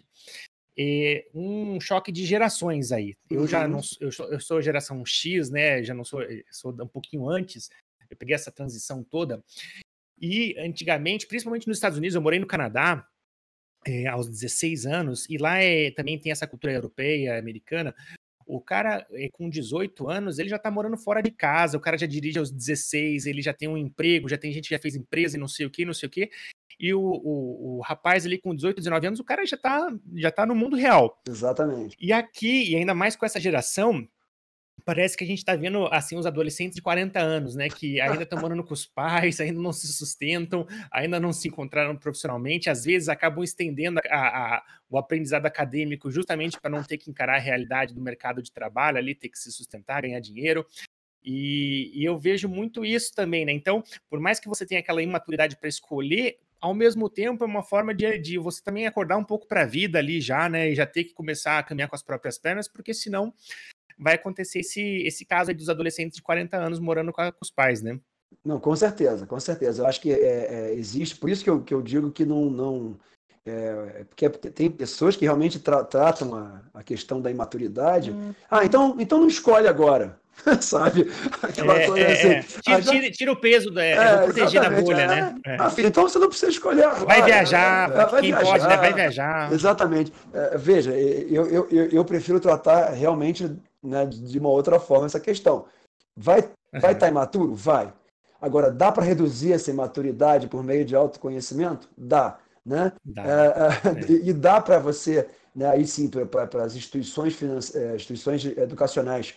um choque de gerações aí. Eu já não Uhum. eu sou geração X, né? Já não sou um pouquinho antes. Eu peguei essa transição toda. E antigamente, principalmente nos Estados Unidos, eu morei no Canadá aos 16 anos, e lá também tem essa cultura europeia, americana. O cara, com 18 anos, ele já tá morando fora de casa, o cara já dirige aos 16, ele já tem um emprego, já tem gente que já fez empresa e não sei o que, não sei o que. E o rapaz ali com 18, 19 anos, o cara já tá no mundo real. Exatamente. E aqui, e ainda mais com essa geração, parece que a gente tá vendo, assim, os adolescentes de 40 anos, né, que ainda estão morando com os pais, ainda não se sustentam, ainda não se encontraram profissionalmente, às vezes acabam estendendo o aprendizado acadêmico justamente para não ter que encarar a realidade do mercado de trabalho ali, ter que se sustentar, ganhar dinheiro. E eu vejo muito isso também, né? Então, por mais que você tenha aquela imaturidade para escolher, ao mesmo tempo é uma forma de você também acordar um pouco para a vida ali já, né? E já ter que começar a caminhar com as próprias pernas, porque senão vai acontecer esse caso aí dos adolescentes de 40 anos morando com os pais, né? Não, com certeza, com certeza. Eu acho que existe, por isso que eu digo que não porque tem pessoas que realmente tratam a questão da imaturidade. Ah, então não escolhe agora, sabe? Aquela coisa assim. Ah, Tira o peso, vou proteger na exatamente. bolha, né? Ah, filho, então você não precisa escolher Vai agora. viajar, Vai quem pode, né? Vai viajar. viajar. Exatamente. Veja, eu prefiro tratar realmente, né, de uma outra forma essa questão. Vai Uhum. estar imaturo? Vai. Agora, dá para reduzir essa imaturidade por meio de autoconhecimento? Dá. Né? Dá. É. E dá para você, né, aí sim, para as instituições educacionais,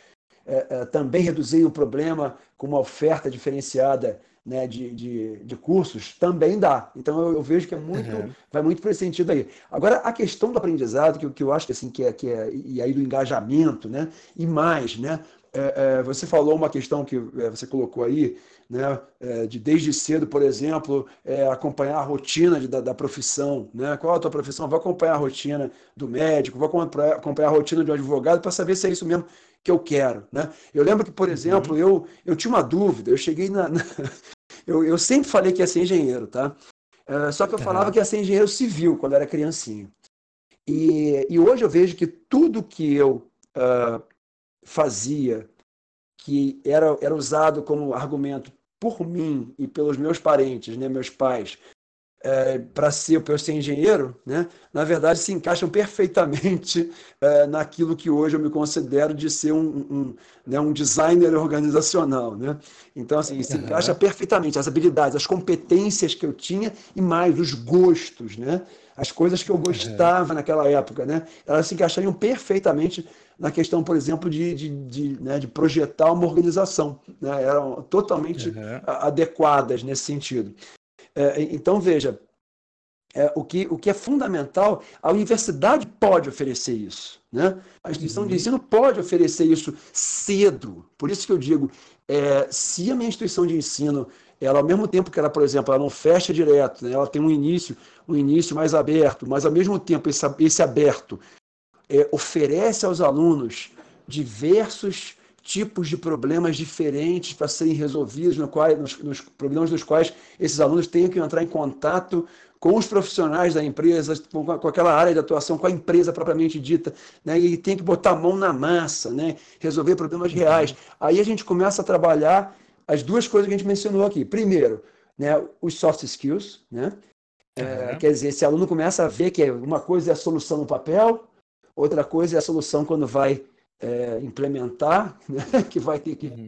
também reduzir o problema com uma oferta diferenciada, né, de cursos, também dá. Então eu vejo que vai muito por esse sentido aí. Agora, a questão do aprendizado, que eu acho que, assim, e aí do engajamento, né, e mais, né, você falou uma questão que você colocou aí, né, de desde cedo, por exemplo, acompanhar a rotina da profissão, né? Qual é a tua profissão? Vou acompanhar a rotina do médico, vou acompanhar a rotina de um advogado para saber se é isso mesmo que eu quero, né? Eu lembro que, por exemplo, eu tinha uma dúvida, eu cheguei eu sempre falei que ia ser engenheiro, tá? Só que eu falava que ia ser engenheiro civil quando era criancinha. E hoje eu vejo que tudo que eu fazia, que era usado como argumento por mim e pelos meus parentes, né, meus pais, para eu ser engenheiro, né, na verdade se encaixam perfeitamente naquilo que hoje eu me considero de ser né, um designer organizacional, né? Então, assim, se encaixa perfeitamente as habilidades, as competências que eu tinha e mais os gostos, né? As coisas que eu gostava naquela época, né? Elas se encaixariam perfeitamente na questão, por exemplo, né, de projetar uma organização, né? Eram totalmente adequadas nesse sentido. Então, veja, o que é fundamental, a universidade pode oferecer isso, né? A instituição de ensino pode oferecer isso cedo. Por isso que eu digo, se a minha instituição de ensino, ela, ao mesmo tempo que ela, por exemplo, ela não fecha direto, né? Ela tem um início mais aberto, mas ao mesmo tempo esse aberto oferece aos alunos diversos tipos de problemas diferentes para serem resolvidos, nos problemas dos quais esses alunos têm que entrar em contato com os profissionais da empresa, com aquela área de atuação, com a empresa propriamente dita, né? E tem que botar a mão na massa, né? Resolver problemas reais. Aí a gente começa a trabalhar as duas coisas que a gente mencionou aqui. Primeiro, né, os soft skills, né? Quer dizer, esse aluno começa a ver que uma coisa é a solução no papel, outra coisa é a solução quando vai implementar, né? Que vai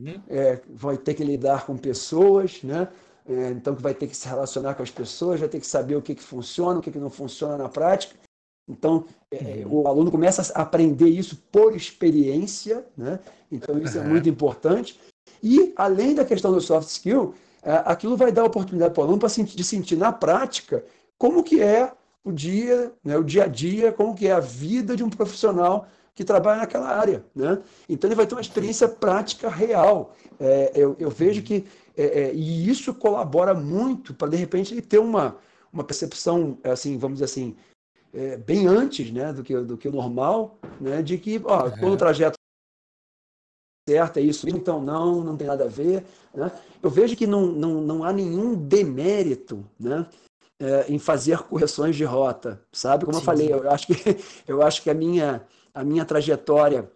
ter que lidar com pessoas, né? Então que vai ter que se relacionar com as pessoas, vai ter que saber o que funciona, o que não funciona na prática. Então, o aluno começa a aprender isso por experiência, né? Então isso é muito importante. E, além da questão do soft skill, aquilo vai dar oportunidade para o aluno de sentir na prática como que é o dia, né, o dia a dia, como que é a vida de um profissional que trabalha naquela área, né? Então ele vai ter uma experiência prática real. Eu vejo que e isso colabora muito para, de repente, ele ter uma percepção, assim, vamos dizer assim, bem antes, né, do que o normal, né, de que quando o trajeto certo é isso, então não tem nada a ver, né? Eu vejo que não há nenhum demérito, né, em fazer correções de rota, sabe? Como eu falei, eu acho que a minha trajetória,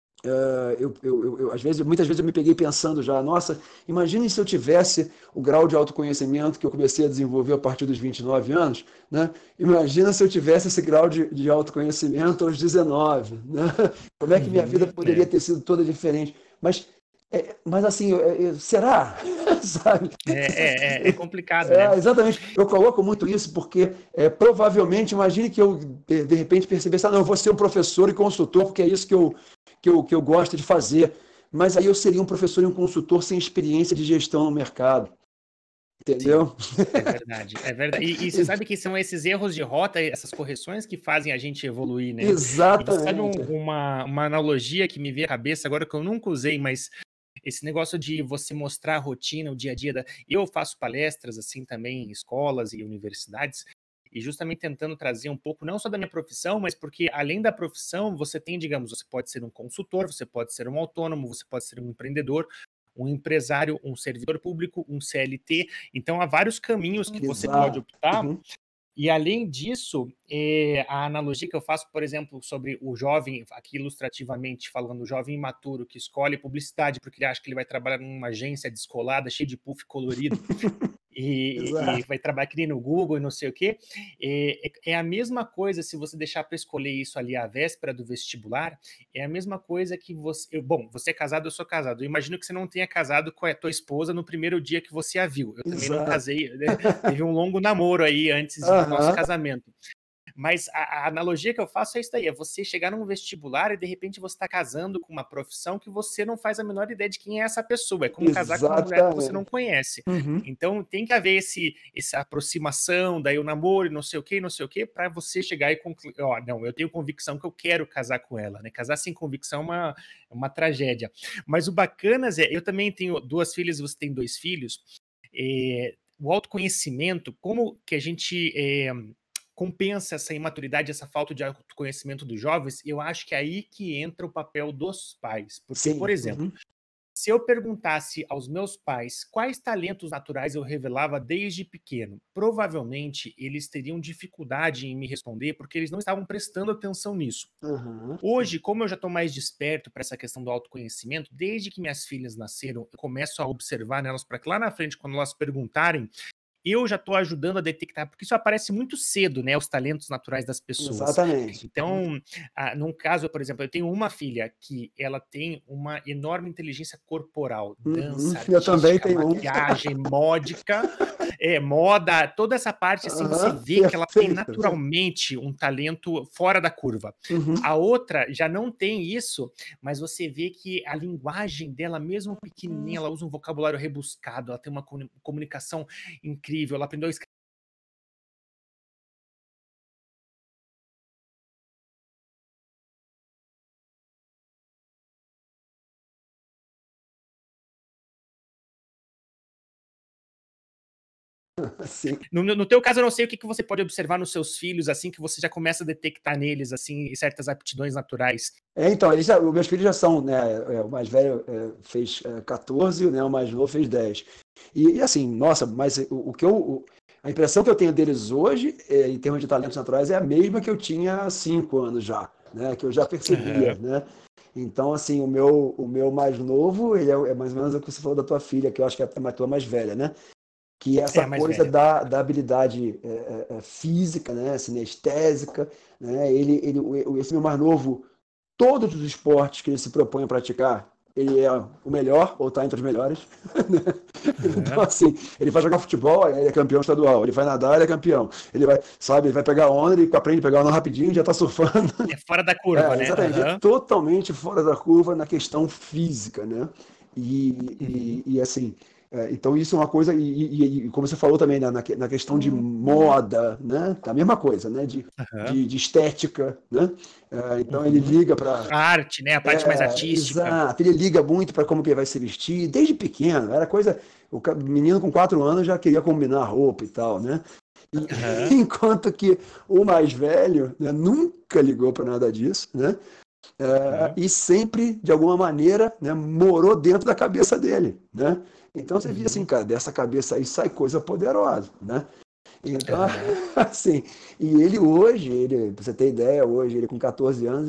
muitas vezes eu me peguei pensando já, nossa, imagine se eu tivesse o grau de autoconhecimento que eu comecei a desenvolver a partir dos 29 anos, né? Imagina se eu tivesse esse grau de autoconhecimento aos 19, né? Como é que minha vida poderia ter sido toda diferente? Mas assim, será? Sabe? É complicado, né? Exatamente. Eu coloco muito isso porque provavelmente, imagine que eu de repente percebesse, não, eu vou ser um professor e consultor, porque é isso que eu gosto de fazer. Mas aí eu seria um professor e um consultor sem experiência de gestão no mercado. Entendeu? Sim, é verdade, é verdade. E você sabe que são esses erros de rota, essas correções que fazem a gente evoluir, né? Exatamente. E você sabe uma analogia que me veio à cabeça agora que eu nunca usei, mas esse negócio de você mostrar a rotina, o dia a dia Eu faço palestras assim também em escolas e universidades, e justamente tentando trazer um pouco, não só da minha profissão, mas porque além da profissão, você tem, digamos, você pode ser um consultor, você pode ser um autônomo, você pode ser um empreendedor, um empresário, um servidor público, um CLT. Então, há vários caminhos que você pode optar. E, além disso, a analogia que eu faço, por exemplo, sobre o jovem, aqui ilustrativamente falando, o jovem imaturo que escolhe publicidade porque ele acha que ele vai trabalhar numa agência descolada, cheia de puff colorido, e vai trabalhar aqui no Google e não sei o quê. É a mesma coisa se você deixar para escolher isso ali à véspera do vestibular, é a mesma coisa que você... Bom, você é casado, eu sou casado. Eu imagino que você não tenha casado com a tua esposa no primeiro dia que você a viu. Eu também não casei, né? Teve um longo namoro aí antes do nosso casamento. Mas a analogia que eu faço é isso daí, é você chegar num vestibular e de repente você está casando com uma profissão que você não faz a menor ideia de quem é essa pessoa, é como casar com uma mulher que você não Exatamente. conhece. Uhum. Então tem que haver essa aproximação, daí o namoro, não sei o que, para você chegar e concluir, ó, não, eu tenho convicção que eu quero casar com ela, né? Casar sem convicção é uma tragédia. Mas o bacana, Zé, eu também tenho 2 filhas, você tem 2 filhos, o autoconhecimento, como que a gente compensa essa imaturidade, essa falta de autoconhecimento dos jovens, eu acho que é aí que entra o papel dos pais. Porque, por Sim. exemplo, Uhum. se eu perguntasse aos meus pais quais talentos naturais eu revelava desde pequeno, provavelmente eles teriam dificuldade em me responder porque eles não estavam prestando atenção nisso. Uhum. Hoje, como eu já estou mais desperto para essa questão do autoconhecimento, desde que minhas filhas nasceram, eu começo a observar nelas para que lá na frente, quando elas perguntarem, eu já estou ajudando a detectar, porque isso aparece muito cedo, né, os talentos naturais das pessoas. Exatamente. Então, num caso, por exemplo, eu tenho uma filha que ela tem uma enorme inteligência corporal, Uhum. dança Eu também artística, tenho um. maquiagem, módica, moda, toda essa parte, assim, você Aham. vê que ela tem Perfeito. naturalmente um talento fora da curva. Uhum. A outra já não tem isso, mas você vê que a linguagem dela, mesmo pequenininha, ela usa um vocabulário rebuscado, ela tem uma comunicação incrível, ela aprendeu a escrever. Sim. No teu caso, eu não sei o que você pode observar nos seus filhos, assim, que você já começa a detectar neles, assim, certas aptidões naturais. Então, os meus filhos já são, né? O mais velho fez 14, né? O mais novo fez 10. E assim, nossa, mas a impressão que eu tenho deles hoje, em termos de talentos naturais, é a mesma que eu tinha há 5 anos já, né? Que eu já percebia, Aham. né? Então, assim, o meu mais novo, ele é mais ou menos o que você falou da tua filha, que eu acho que é a tua mais velha, né? Que é É essa a mais coisa velha. da habilidade física, né? Sinestésica, né? Esse meu mais novo, todos os esportes que ele se propõe a praticar, ele é o melhor ou está entre os melhores. Então, Aham. assim, ele vai jogar futebol, ele é campeão estadual. Ele vai nadar, ele é campeão. Ele vai, sabe, ele vai pegar onda, ele aprende a pegar onda rapidinho, já está surfando. É fora da curva, né? Exatamente. É Aham. totalmente fora da curva na questão física, né? Uhum. Assim, então isso é uma coisa, e como você falou também, né, na questão de moda, né? A mesma coisa, né? De, Aham. de, de estética, né? Então ele Uhum. liga para. A arte, né? A parte mais artística. Exato, ele liga muito para como que ele vai se vestir, desde pequeno, era coisa. O menino com 4 anos já queria combinar a roupa e tal, né? Aham. Enquanto que o mais velho, né, nunca ligou para nada disso, né? Aham. E sempre, de alguma maneira, né, morou dentro da cabeça dele, né? Então você via assim, Uhum. cara, dessa cabeça aí sai coisa poderosa, né? Então, Aham. assim, e ele hoje, pra você ter ideia, hoje, ele com 14 anos,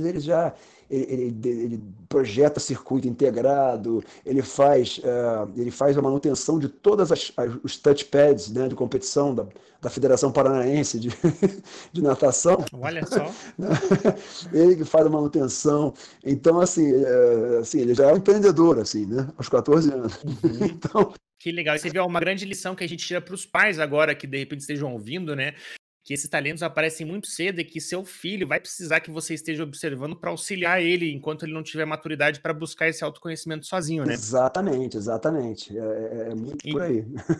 ele projeta circuito integrado, ele faz a manutenção de todas os touchpads, né, de competição da Federação Paranaense de Natação, Olha só. né? Ele que faz a manutenção. Então, assim, ele já é um empreendedor, assim, né, aos 14 anos. Uhum. Então, Que legal. E você vê, ó, uma grande lição que a gente tira para os pais agora que de repente estejam ouvindo, né? Que esses talentos aparecem muito cedo e que seu filho vai precisar que você esteja observando para auxiliar ele enquanto ele não tiver maturidade para buscar esse autoconhecimento sozinho, né? exatamente, exatamente. É muito por E, aí.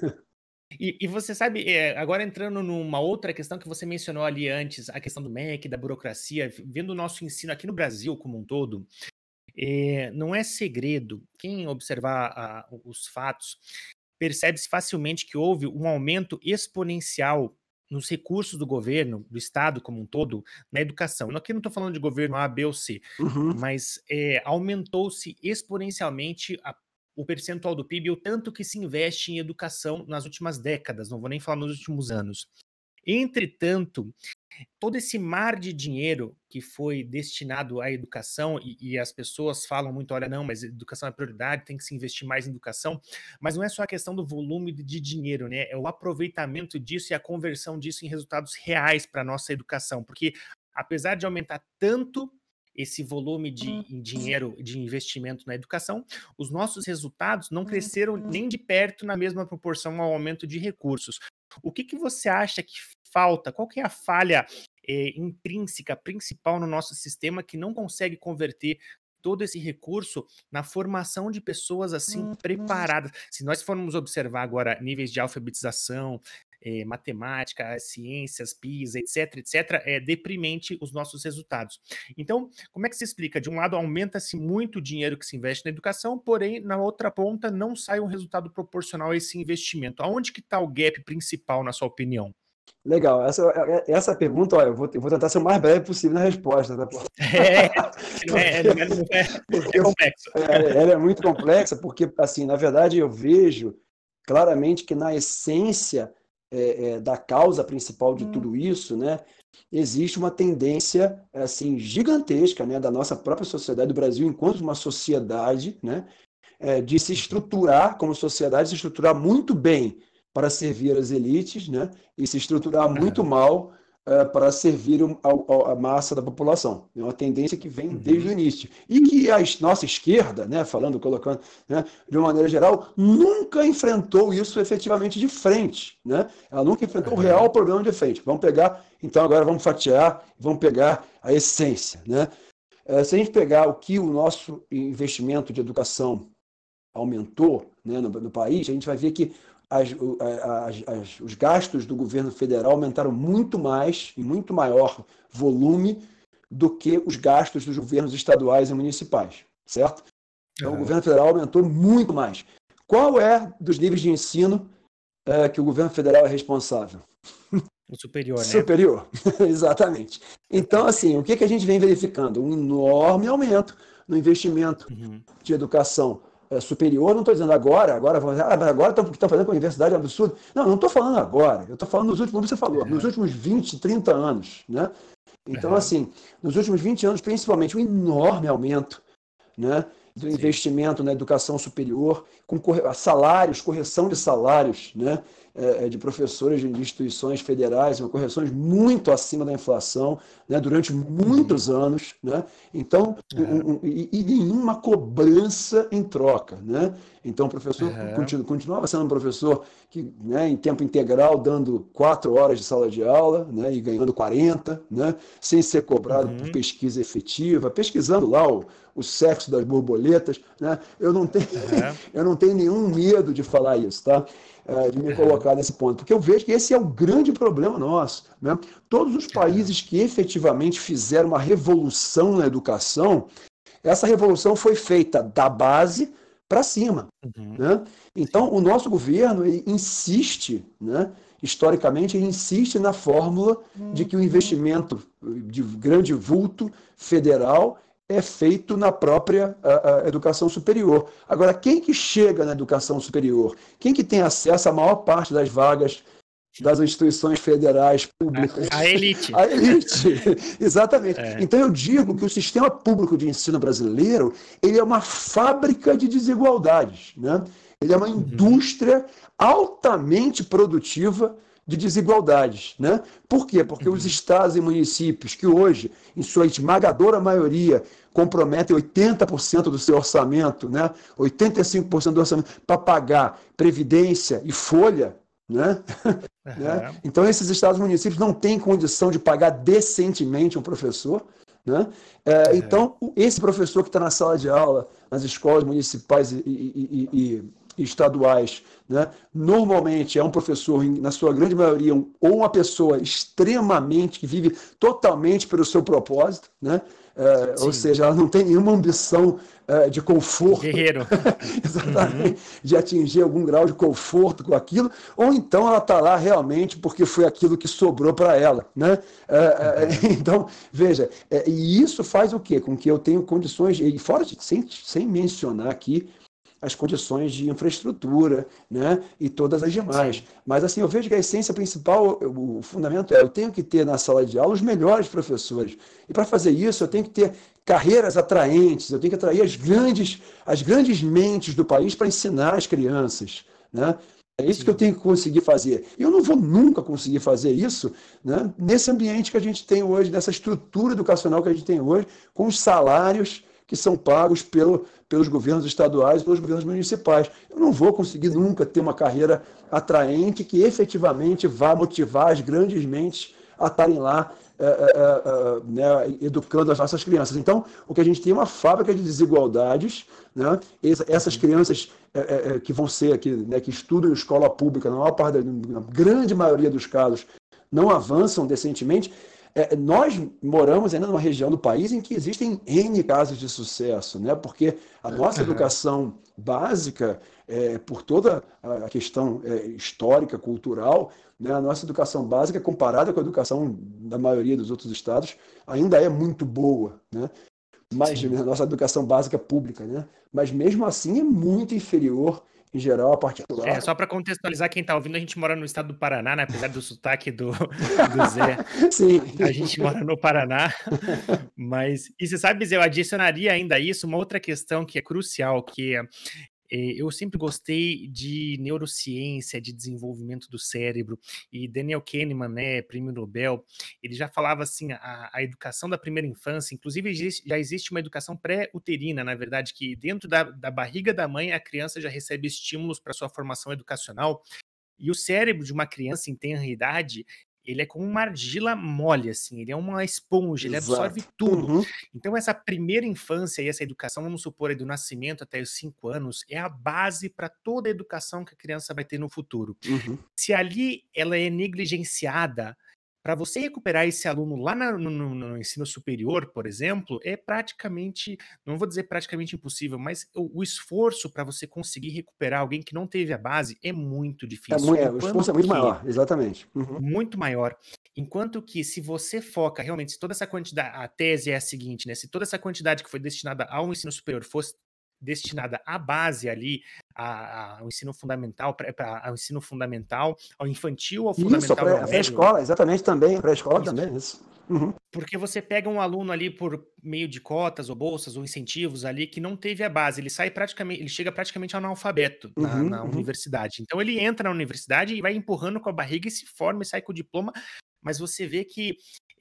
e você sabe, agora entrando numa outra questão que você mencionou ali antes, a questão do MEC, da burocracia, vendo o nosso ensino aqui no Brasil como um todo, não é segredo, quem observar os fatos percebe-se facilmente que houve um aumento exponencial nos recursos do governo, do Estado como um todo, na educação. Aqui não estou falando de governo A, B ou C, Uhum. mas aumentou-se exponencialmente o percentual do PIB e o tanto que se investe em educação nas últimas décadas, não vou nem falar nos últimos anos. Entretanto, todo esse mar de dinheiro que foi destinado à educação, e as pessoas falam muito, olha, não, mas educação é prioridade, tem que se investir mais em educação, mas não é só a questão do volume de dinheiro, né? É o aproveitamento disso e a conversão disso em resultados reais para a nossa educação, porque apesar de aumentar tanto esse volume de dinheiro de investimento na educação, os nossos resultados não cresceram nem de perto na mesma proporção ao aumento de recursos. O que você acha que falta? Qual que é a falha intrínseca, principal no nosso sistema, que não consegue converter todo esse recurso na formação de pessoas assim preparadas. Se nós formos observar agora níveis de alfabetização, matemática, ciências, PISA, etc., é deprimente os nossos resultados. Então, como é que se explica? De um lado, aumenta-se muito o dinheiro que se investe na educação, porém, na outra ponta, não sai um resultado proporcional a esse investimento. Aonde que está o gap principal, na sua opinião? Legal, essa pergunta, olha, eu vou tentar ser o mais breve possível na resposta, tá? É complexo. Ela é muito complexa, porque, assim, na verdade, eu vejo claramente que na essência da causa principal de tudo isso, né, existe uma tendência, assim, gigantesca, né, da nossa própria sociedade, do Brasil, enquanto uma sociedade, né, de se estruturar como sociedade, se estruturar muito bem para servir as elites, né, e se estruturar muito mal para servir a massa da população. É uma tendência que vem desde o início. E que a nossa esquerda, né, colocando, né, de uma maneira geral, nunca enfrentou isso efetivamente de frente. Né? Ela nunca enfrentou o real problema de frente. Vamos pegar, então agora vamos fatiar, vamos pegar a essência. Né? Se a gente pegar o que o nosso investimento de educação aumentou, né, no país, a gente vai ver que os gastos do governo federal aumentaram muito mais, em muito maior volume, do que os gastos dos governos estaduais e municipais, certo? Então, o governo federal aumentou muito mais. Qual é dos níveis de ensino que o governo federal é responsável? O superior, né? Superior, exatamente. Então, assim, o que a gente vem verificando? Um enorme aumento no investimento de educação superior. Não estou dizendo agora estão fazendo com a universidade é um absurdo. Não estou falando agora. Eu estou falando nos últimos, como você falou, nos últimos 20, 30 anos. Né? Então, assim, nos últimos 20 anos, principalmente, um enorme aumento, né, do investimento na educação superior, com salários, correção de salários, né, de professores de instituições federais, correções muito acima da inflação, né, durante muitos anos, né? Então, e nenhuma cobrança em troca, né? Então, o professor continuava sendo um professor que, né, em tempo integral, dando 4 horas de sala de aula, né, e ganhando 40, né, sem ser cobrado por pesquisa efetiva, pesquisando lá o sexo das borboletas, né? Eu não tenho nenhum medo de falar isso, tá? De me colocar nesse ponto, porque eu vejo que esse é o grande problema nosso. Né? Todos os países que efetivamente fizeram uma revolução na educação, essa revolução foi feita da base para cima. Né? Então, o nosso governo ele insiste, né, historicamente, ele insiste na fórmula de que o investimento de grande vulto federal é feito na própria educação superior. Agora, quem que chega na educação superior? Quem que tem acesso à maior parte das vagas das instituições federais públicas? A elite. A elite, exatamente. Então, eu digo que o sistema público de ensino brasileiro ele é uma fábrica de desigualdades. Né? Ele é uma indústria altamente produtiva de desigualdades. Né? Por quê? Porque os estados e municípios que hoje, em sua esmagadora maioria, comprometem 80% do seu orçamento, né? 85% do orçamento para pagar previdência e folha, né? Né? Então, esses estados e municípios não têm condição de pagar decentemente um professor. Né? Então, esse professor que está na sala de aula, nas escolas municipais e estaduais, né, normalmente é um professor, na sua grande maioria, ou uma pessoa extremamente, que vive totalmente pelo seu propósito, né? Ou seja, ela não tem nenhuma ambição de conforto. Guerreiro. Exatamente. De atingir algum grau de conforto com aquilo, ou então ela está lá realmente porque foi aquilo que sobrou para ela. Né? Então, veja, e isso faz o quê? Com que eu tenha condições, e fora sem mencionar aqui as condições de infraestrutura, né, e todas as demais. Mas assim, eu vejo que a essência principal, o fundamento eu tenho que ter na sala de aula os melhores professores. E para fazer isso, eu tenho que ter carreiras atraentes, eu tenho que atrair as grandes mentes do país para ensinar as crianças. Né? É isso que eu tenho que conseguir fazer. E eu não vou nunca conseguir fazer isso, né, nesse ambiente que a gente tem hoje, nessa estrutura educacional que a gente tem hoje, com os salários que são pagos pelos governos estaduais e pelos governos municipais. Eu não vou conseguir nunca ter uma carreira atraente que efetivamente vá motivar as grandes mentes a estarem lá né, educando as nossas crianças. Então, o que a gente tem é uma fábrica de desigualdades, né? Essas crianças que vão ser aqui, né, que estudam em escola pública, na grande maioria dos casos, não avançam decentemente. Nós moramos ainda numa região do país em que existem N casos de sucesso, né? Porque a nossa educação básica, por toda a questão histórica, cultural, né? A nossa educação básica, comparada com a educação da maioria dos outros estados, ainda é muito boa, né? Mas a nossa educação básica pública, né? Mas mesmo assim é muito inferior, em geral, à particular. Só para contextualizar quem está ouvindo, a gente mora no estado do Paraná, né? Apesar do sotaque do Zé. Sim. A gente mora no Paraná. Mas, e você sabe, Zé, eu adicionaria ainda a isso uma outra questão que é crucial, que eu sempre gostei de neurociência, de desenvolvimento do cérebro, e Daniel Kahneman, né, prêmio Nobel, ele já falava assim, a educação da primeira infância, inclusive já existe uma educação pré-uterina, na verdade, que dentro da barriga da mãe a criança já recebe estímulos para sua formação educacional, e o cérebro de uma criança em tenra idade, ele é como uma argila mole, assim, ele é uma esponja, ele absorve tudo. Uhum. Então, essa primeira infância e essa educação, vamos supor, do nascimento até os 5 anos, é a base para toda a educação que a criança vai ter no futuro. Uhum. Se ali ela é negligenciada, para você recuperar esse aluno lá no ensino superior, por exemplo, é praticamente, não vou dizer praticamente impossível, mas o esforço para você conseguir recuperar alguém que não teve a base é muito difícil. O esforço é muito maior, exatamente. Uhum. Muito maior. Enquanto que se você foca realmente, se toda essa quantidade, a tese é a seguinte, né? Se toda essa quantidade que foi destinada ao ensino superior fosse destinada à base ali, ao ensino fundamental, ao ensino fundamental, ao infantil, ao fundamental, ao médio. Pré-escola, exatamente, também, pré-escola também, isso. Uhum. Porque você pega um aluno ali por meio de cotas ou bolsas ou incentivos ali que não teve a base, ele chega praticamente analfabeto na universidade. Então ele entra na universidade e vai empurrando com a barriga e se forma e sai com o diploma, mas você vê que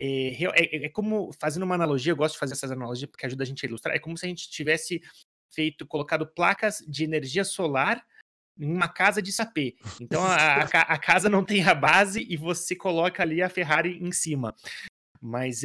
é como, fazendo uma analogia, eu gosto de fazer essas analogias porque ajuda a gente a ilustrar, é como se a gente tivesse colocado placas de energia solar em uma casa de sapê. Então a casa não tem a base e você coloca ali a Ferrari em cima. Mas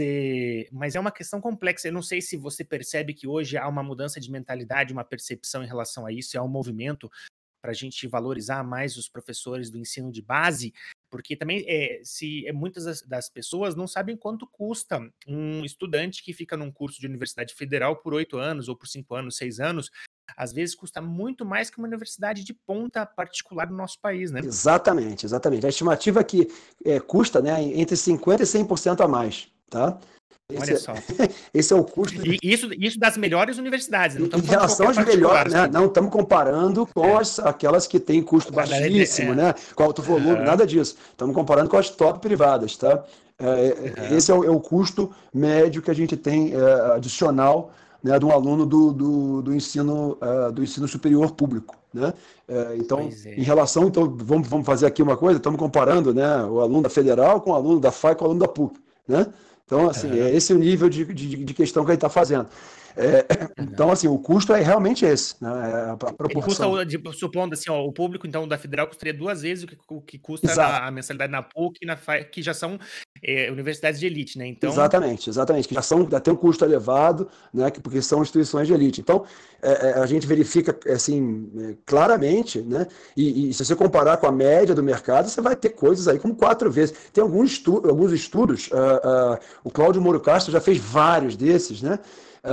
é uma questão complexa. Eu não sei se você percebe que hoje há uma mudança de mentalidade, uma percepção em relação a isso, há um movimento para a gente valorizar mais os professores do ensino de base, porque também muitas das pessoas não sabem quanto custa um estudante que fica num curso de universidade federal por 8 anos, ou por 5 anos, 6 anos, às vezes custa muito mais que uma universidade de ponta particular no nosso país, né? Exatamente. A estimativa é que custa, né, entre 50% e 100% a mais, tá? Olha só. Esse é o custo. E isso das melhores universidades. Não em relação às melhores, né? Não estamos comparando com aquelas que têm custo baixíssimo, né? Com alto volume, nada disso. Estamos comparando com as top privadas, tá? Esse é o custo médio que a gente tem adicional, né, de um aluno do ensino superior público, né? Então, em relação, então vamos fazer aqui uma coisa, estamos comparando, né, o aluno da Federal com o aluno da FAI com o aluno da PUC, né? Então, assim, esse é o nível de questão que a gente está fazendo. Então, assim, o custo é realmente esse, né? A proporção. Supondo assim, o público então da Federal custaria 2 vezes o que custa a mensalidade na PUC e na FAI, que já são universidades de elite, né? Então... Exatamente, que já tem um custo elevado, né? Porque são instituições de elite. Então, a gente verifica assim claramente, né? E se você comparar com a média do mercado, você vai ter coisas aí como 4 vezes. Tem alguns estudos, o Cláudio Moro Castro já fez vários desses, né?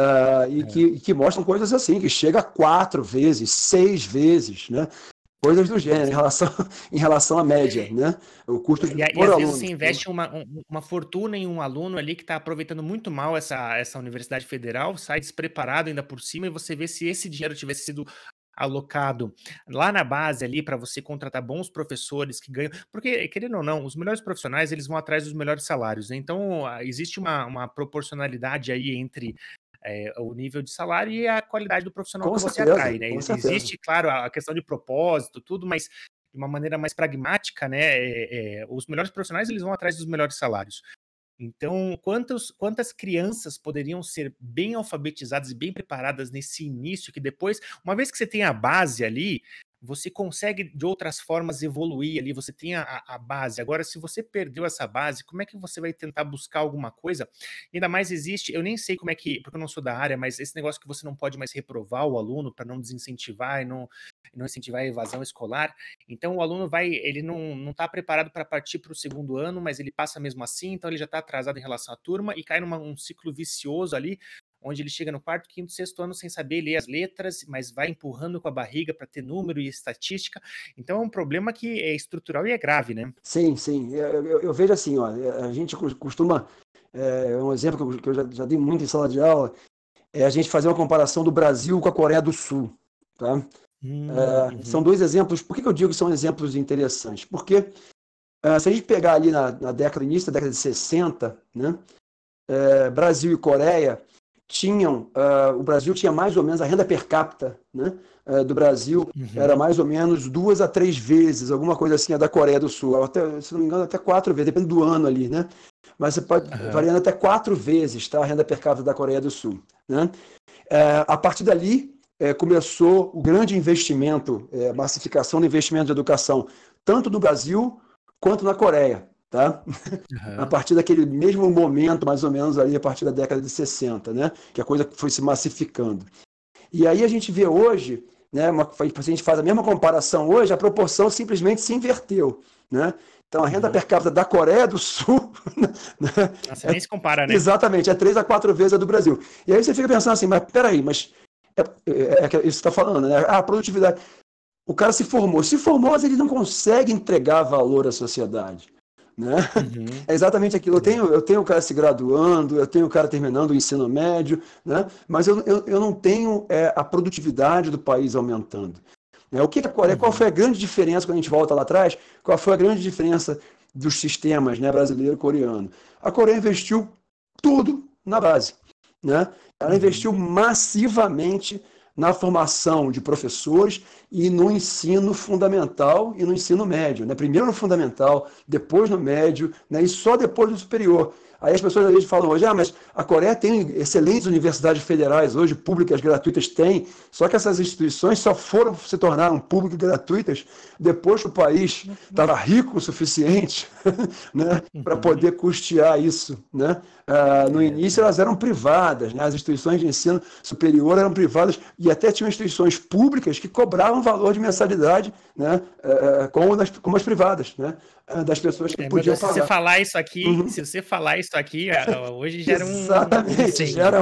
Que mostram coisas assim, que chega a 4 vezes, 6 vezes, né? Coisas do gênero, em relação à média, né? O custo por aluno. Às vezes você investe uma fortuna em um aluno ali que está aproveitando muito mal essa universidade federal, sai despreparado ainda por cima, e você vê se esse dinheiro tivesse sido alocado lá na base ali para você contratar bons professores que ganham, porque querendo ou não, os melhores profissionais eles vão atrás dos melhores salários, né? Então existe uma proporcionalidade aí entre o nível de salário e a qualidade do profissional que você atrai, né? Existe, claro, a questão de propósito, tudo, mas de uma maneira mais pragmática, né? Os melhores profissionais eles vão atrás dos melhores salários. Então, quantas crianças poderiam ser bem alfabetizadas e bem preparadas nesse início, que depois, uma vez que você tem a base ali, você consegue de outras formas evoluir ali, você tem a base. Agora, se você perdeu essa base, como é que você vai tentar buscar alguma coisa? Ainda mais existe, eu nem sei como é que, porque eu não sou da área, mas esse negócio que você não pode mais reprovar o aluno para não desincentivar e não incentivar a evasão escolar. Então o aluno ele não está preparado para partir para o segundo ano, mas ele passa mesmo assim, então ele já está atrasado em relação à turma e cai num ciclo vicioso ali, onde ele chega no quarto, quinto, sexto ano sem saber ler as letras, mas vai empurrando com a barriga para ter número e estatística. Então é um problema que é estrutural e é grave, né? Sim, sim. Eu vejo assim, ó, a gente costuma, um exemplo que eu já dei muito em sala de aula, é a gente fazer uma comparação do Brasil com a Coreia do Sul, tá? São dois exemplos. Por que eu digo que são exemplos interessantes? Porque se a gente pegar ali na início da década de 60, né, Brasil e Coreia o Brasil tinha mais ou menos a renda per capita, né, do Brasil era mais ou menos 2 a 3 vezes, alguma coisa assim, a da Coreia do Sul, até, se não me engano, até 4 vezes, depende do ano ali, né? Mas você pode variando até 4 vezes, tá, a renda per capita da Coreia do Sul, né? A partir dali começou o grande investimento, massificação do investimento de educação, tanto no Brasil quanto na Coreia, tá? A partir daquele mesmo momento, mais ou menos ali, a partir da década de 60, né? Que a coisa foi se massificando. E aí a gente vê hoje, né, a gente faz a mesma comparação hoje, a proporção simplesmente se inverteu, né? Então a renda per capita da Coreia do Sul Nossa, nem se compara, né? Exatamente, é 3 a 4 vezes a do Brasil. E aí você fica pensando assim, mas peraí, mas isso que você está falando, né? A produtividade. O cara se formou, mas ele não consegue entregar valor à sociedade. Né? É exatamente aquilo. Eu tenho o cara se graduando, eu tenho o cara terminando o ensino médio, né? Mas eu não tenho a produtividade do país aumentando. O que a Coreia, qual foi a grande diferença quando a gente volta lá atrás? Qual foi a grande diferença dos sistemas, né, brasileiro e coreano? A Coreia investiu tudo na base. Né? Ela investiu massivamente na formação de professores e no ensino fundamental e no ensino médio. Né? Primeiro no fundamental, depois no médio, né? E só depois no superior. Aí as pessoas às vezes falam hoje, mas a Coreia tem excelentes universidades federais, hoje públicas, gratuitas, tem, só que essas instituições só se tornaram públicas e gratuitas depois que o país estava rico o suficiente, né, para poder custear isso. Né? No início elas eram privadas, né? As instituições de ensino superior eram privadas e até tinham instituições públicas que cobravam valor de mensalidade, né, como as privadas, né, das pessoas que podiam pagar. Se você falar isso aqui, hoje gera exatamente, gera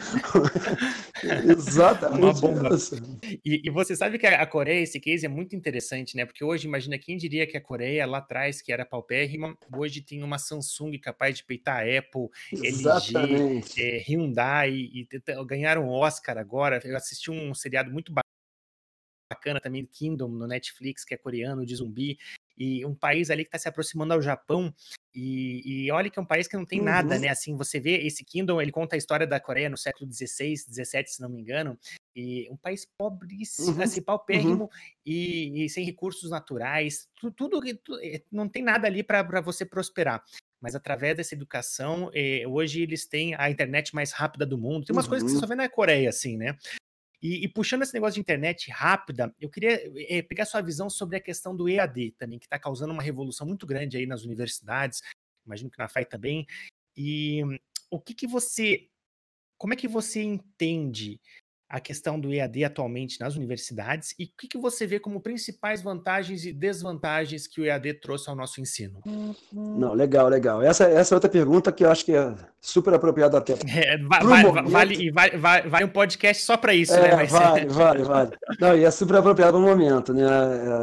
exatamente uma bomba. E você sabe que a Coreia, esse case é muito interessante, né? Porque hoje, imagina, quem diria que a Coreia, lá atrás, que era paupérrima, hoje tem uma Samsung capaz de peitar a Apple, exatamente. LG, Hyundai, e ganharam um Oscar agora. Eu assisti um seriado muito bacana também, Kingdom, no Netflix, que é coreano, de zumbi, e um país ali que está se aproximando ao Japão, e olha que é um país que não tem nada, né? Assim, você vê esse Kingdom, ele conta a história da Coreia no século XVI, XVII, se não me engano, e um país pobríssimo, assim, paupérrimo e sem recursos naturais, não tem nada ali para você prosperar. Mas através dessa educação, hoje eles têm a internet mais rápida do mundo. Tem umas coisas que você só vê na Coreia, assim, né? E puxando esse negócio de internet rápida, eu queria pegar sua visão sobre a questão do EAD também, que está causando uma revolução muito grande aí nas universidades, imagino que na FAI também. E como é que você entende a questão do EAD atualmente nas universidades e o que você vê como principais vantagens e desvantagens que o EAD trouxe ao nosso ensino? Não, legal. Essa é outra pergunta que eu acho que é super apropriada até. Vale um podcast só para isso, né? Vale. Não, e é super apropriado no momento, né?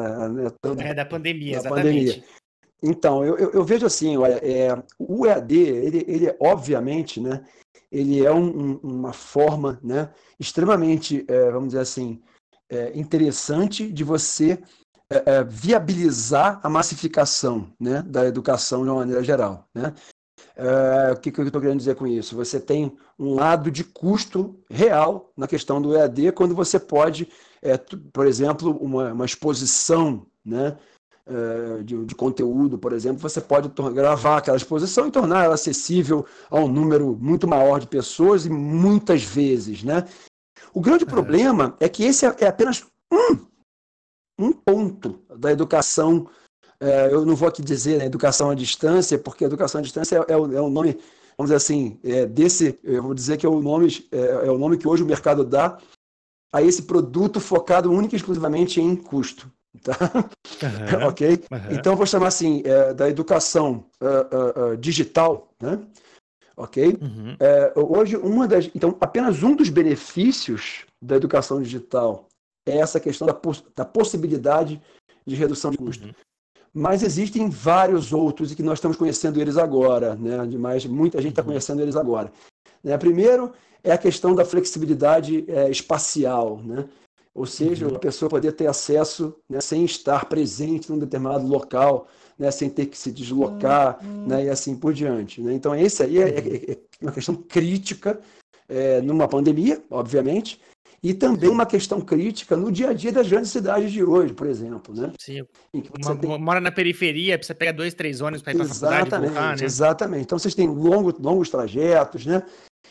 Da pandemia, exatamente. Então, eu vejo assim, olha, o EAD, ele obviamente, né? Ele é uma forma, né, extremamente, vamos dizer assim, interessante de você viabilizar a massificação, né, da educação de uma maneira geral. Né? O que eu estou querendo dizer com isso? Você tem um lado de custo real na questão do EAD, quando você pode, por exemplo, uma exposição, né, de conteúdo, por exemplo, você pode gravar aquela exposição e tornar ela acessível a um número muito maior de pessoas e muitas vezes. Né? O grande problema é que esse é apenas um ponto da educação. Eu não vou aqui dizer, né, educação à distância, porque educação à distância é o nome, vamos dizer assim, eu vou dizer que é o nome que hoje o mercado dá a esse produto focado única e exclusivamente em custo. Tá? Ok? Então, eu vou chamar assim, da educação digital, né? Ok? Hoje, então, apenas um dos benefícios da educação digital é essa questão da possibilidade de redução de custo. Mas existem vários outros e que nós estamos conhecendo eles agora, né? Muita gente está conhecendo eles agora. Primeiro é a questão da flexibilidade espacial, né? Ou seja, a pessoa poder ter acesso, né, sem estar presente num determinado local, né, sem ter que se deslocar, né, e assim por diante. Né? Então, esse aí é uma questão crítica numa pandemia, obviamente, e também uma questão crítica no dia a dia das grandes cidades de hoje, por exemplo. Né? Sim, mora na periferia, precisa pegar 2, 3 ônibus para ir para a faculdade e voltar, né? Exatamente. Então, vocês têm longos trajetos, né?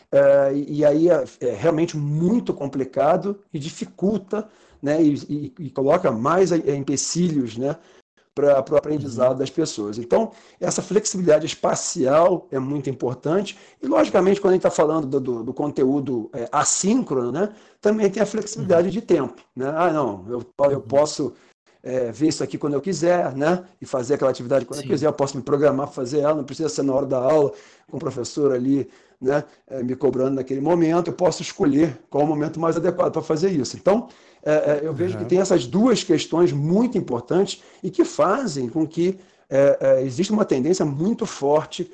E aí é realmente muito complicado e dificulta, né, e coloca mais empecilhos, né, para o aprendizado das pessoas. Então, essa flexibilidade espacial é muito importante e, logicamente, quando a gente está falando do conteúdo assíncrono, né, também tem a flexibilidade de tempo. Né? Não, eu posso ver isso aqui quando eu quiser, né, e fazer aquela atividade quando eu quiser, eu posso me programar para fazer ela, não precisa ser na hora da aula, com o professor ali, né, me cobrando naquele momento, eu posso escolher qual é o momento mais adequado para fazer isso. Então, eu vejo que tem essas duas questões muito importantes e que fazem com que exista uma tendência muito forte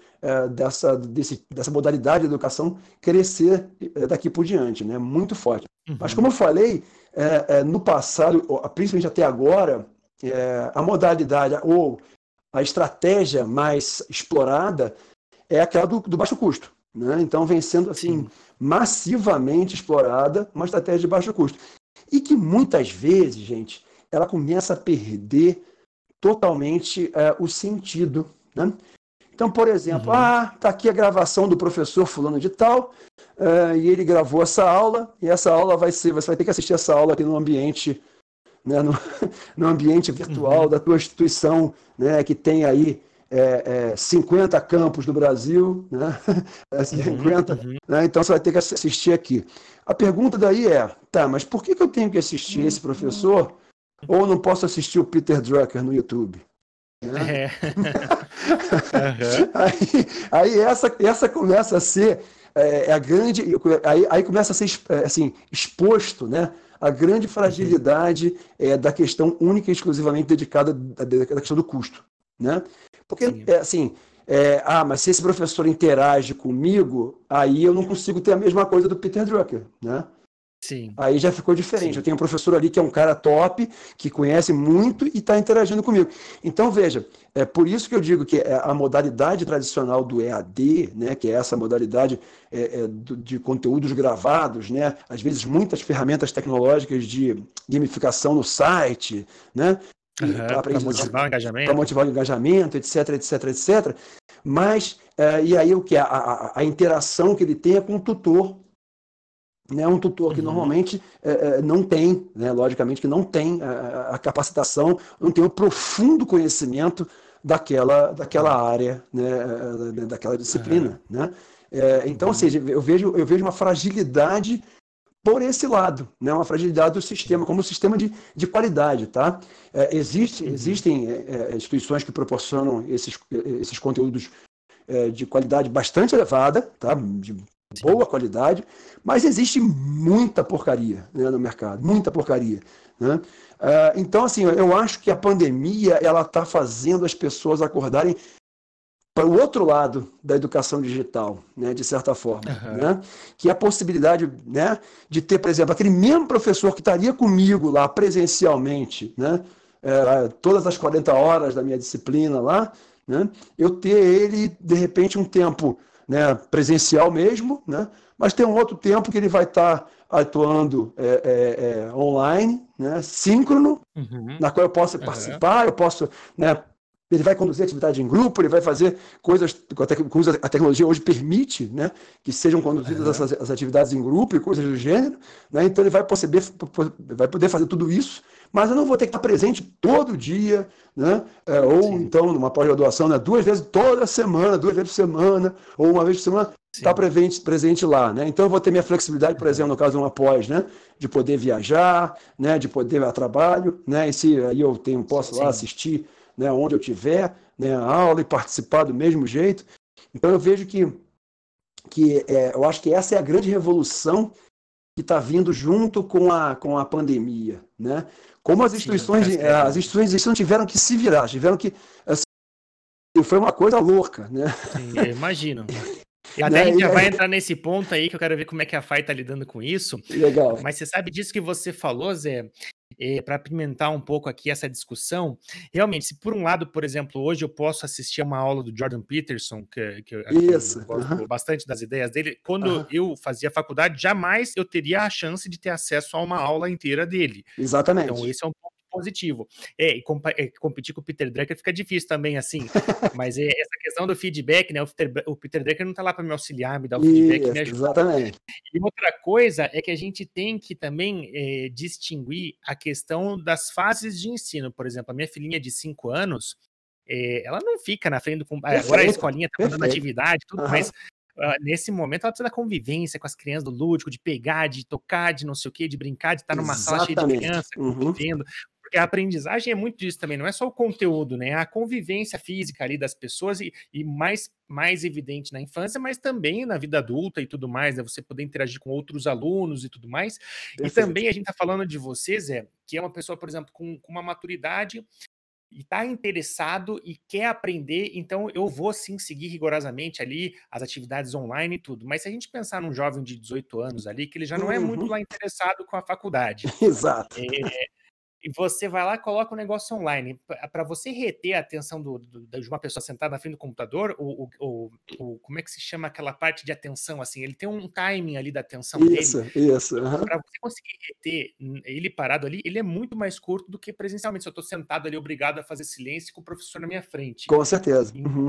dessa modalidade de educação crescer daqui por diante, né? Muito forte. Mas, como eu falei, no passado, principalmente até agora, a modalidade ou a estratégia mais explorada é aquela do baixo custo. Né? Então, vem sendo assim, massivamente explorada uma estratégia de baixo custo. E que muitas vezes, gente, ela começa a perder totalmente o sentido. Né? Então, por exemplo, está aqui a gravação do professor fulano de tal, e ele gravou essa aula, e essa aula você vai ter que assistir essa aula aqui no ambiente, né, no ambiente virtual da tua instituição, né, que tem aí 50 campos no Brasil, né? 50, né? Então você vai ter que assistir aqui. A pergunta daí mas por que eu tenho que assistir esse professor ou não posso assistir o Peter Drucker no YouTube? Né? Aí essa começa a ser a grande, aí começa a ser assim, exposto, né, a grande fragilidade da questão única e exclusivamente dedicada da questão do custo. Né? Porque, mas se esse professor interage comigo, aí eu não consigo ter a mesma coisa do Peter Drucker, né? Sim. Aí já ficou diferente. Eu tenho um professor ali que é um cara top, que conhece muito e está interagindo comigo. Então, veja, é por isso que eu digo que a modalidade tradicional do EAD, né, que é essa modalidade de conteúdos gravados, né, às vezes muitas ferramentas tecnológicas de gamificação no site, né, para motivar o engajamento. Para motivar o engajamento, etc, etc, etc. Mas, e aí o que? A interação que ele tem é com o tutor. Né, um tutor que normalmente não tem, né, logicamente que não tem a capacitação, não tem o profundo conhecimento daquela área, né, daquela disciplina. Né? Então, ou seja, eu vejo uma fragilidade por esse lado, né? Uma fragilidade do sistema, como sistema de qualidade. Tá? Existem instituições que proporcionam esses conteúdos de qualidade bastante elevada, tá? De boa qualidade, mas existe muita porcaria, né, no mercado, muita porcaria. Né? Então, assim, eu acho que a pandemia ela está fazendo as pessoas acordarem para o outro lado da educação digital, né, de certa forma, né, que é a possibilidade, né, de ter, por exemplo, aquele mesmo professor que estaria comigo lá presencialmente, né, todas as 40 horas da minha disciplina lá, né, eu ter ele, de repente, um tempo, né, presencial mesmo, né, mas tem um outro tempo que ele vai estar atuando online, né, síncrono, na qual eu posso participar, eu posso, né, ele vai conduzir atividade em grupo, ele vai fazer coisas que a tecnologia hoje permite, né, que sejam conduzidas as atividades em grupo e coisas do gênero, né, então ele vai poder fazer tudo isso, mas eu não vou ter que estar presente todo dia, né, ou então numa pós-graduação, né, 2 vezes toda semana, 2 vezes por semana, ou uma vez por semana, estar presente lá, né? Então eu vou ter minha flexibilidade, por exemplo, no caso de uma pós, né, de poder viajar, né, de poder ir a trabalho, né, e se aí eu posso lá assistir, né, onde eu tiver, né, a aula e participar do mesmo jeito. Então eu vejo que eu acho que essa é a grande revolução que está vindo junto com a pandemia, né? Como as instituições tiveram que se virar, tiveram que assim, foi uma coisa louca, né? Sim, eu imagino. E até a gente já vai entrar nesse ponto aí, que eu quero ver como é que a FAI tá lidando com isso. Legal. Mas você sabe disso que você falou, Zé, para apimentar um pouco aqui essa discussão. Realmente, se por um lado, por exemplo, hoje eu posso assistir a uma aula do Jordan Peterson, que eu gosto bastante das ideias dele, quando eu fazia faculdade, jamais eu teria a chance de ter acesso a uma aula inteira dele. Exatamente. Então, esse é um ponto positivo. E competir com o Peter Drucker fica difícil também, assim, mas essa questão do feedback, né, o Peter Drucker não está lá para me auxiliar, me dar o feedback, me ajudar. Exatamente. E outra coisa é que a gente tem que também distinguir a questão das fases de ensino. Por exemplo, a minha filhinha de 5 anos, ela não fica na frente do... Agora a escolinha está dando atividade, tudo, mas nesse momento ela precisa da convivência com as crianças, do lúdico, de pegar, de tocar, de não sei o quê, de brincar, de estar numa sala cheia de criança, convivendo. Porque a aprendizagem é muito disso também, não é só o conteúdo, né? A convivência física ali das pessoas e mais evidente na infância, mas também na vida adulta e tudo mais, né? Você poder interagir com outros alunos e tudo mais. Perfeito. E também a gente está falando de você, Zé, que é uma pessoa, por exemplo, com uma maturidade e está interessado e quer aprender, então eu vou sim seguir rigorosamente ali as atividades online e tudo. Mas se a gente pensar num jovem de 18 anos ali, que ele já não é muito lá interessado com a faculdade. Exato. E você vai lá e coloca o negócio online. Para você reter a atenção de uma pessoa sentada na frente do computador, como é que se chama aquela parte de atenção? Assim, ele tem um timing ali da atenção dele. Isso. Para você conseguir reter ele parado ali, ele é muito mais curto do que presencialmente. Se eu estou sentado ali, obrigado a fazer silêncio com o professor na minha frente. Com certeza.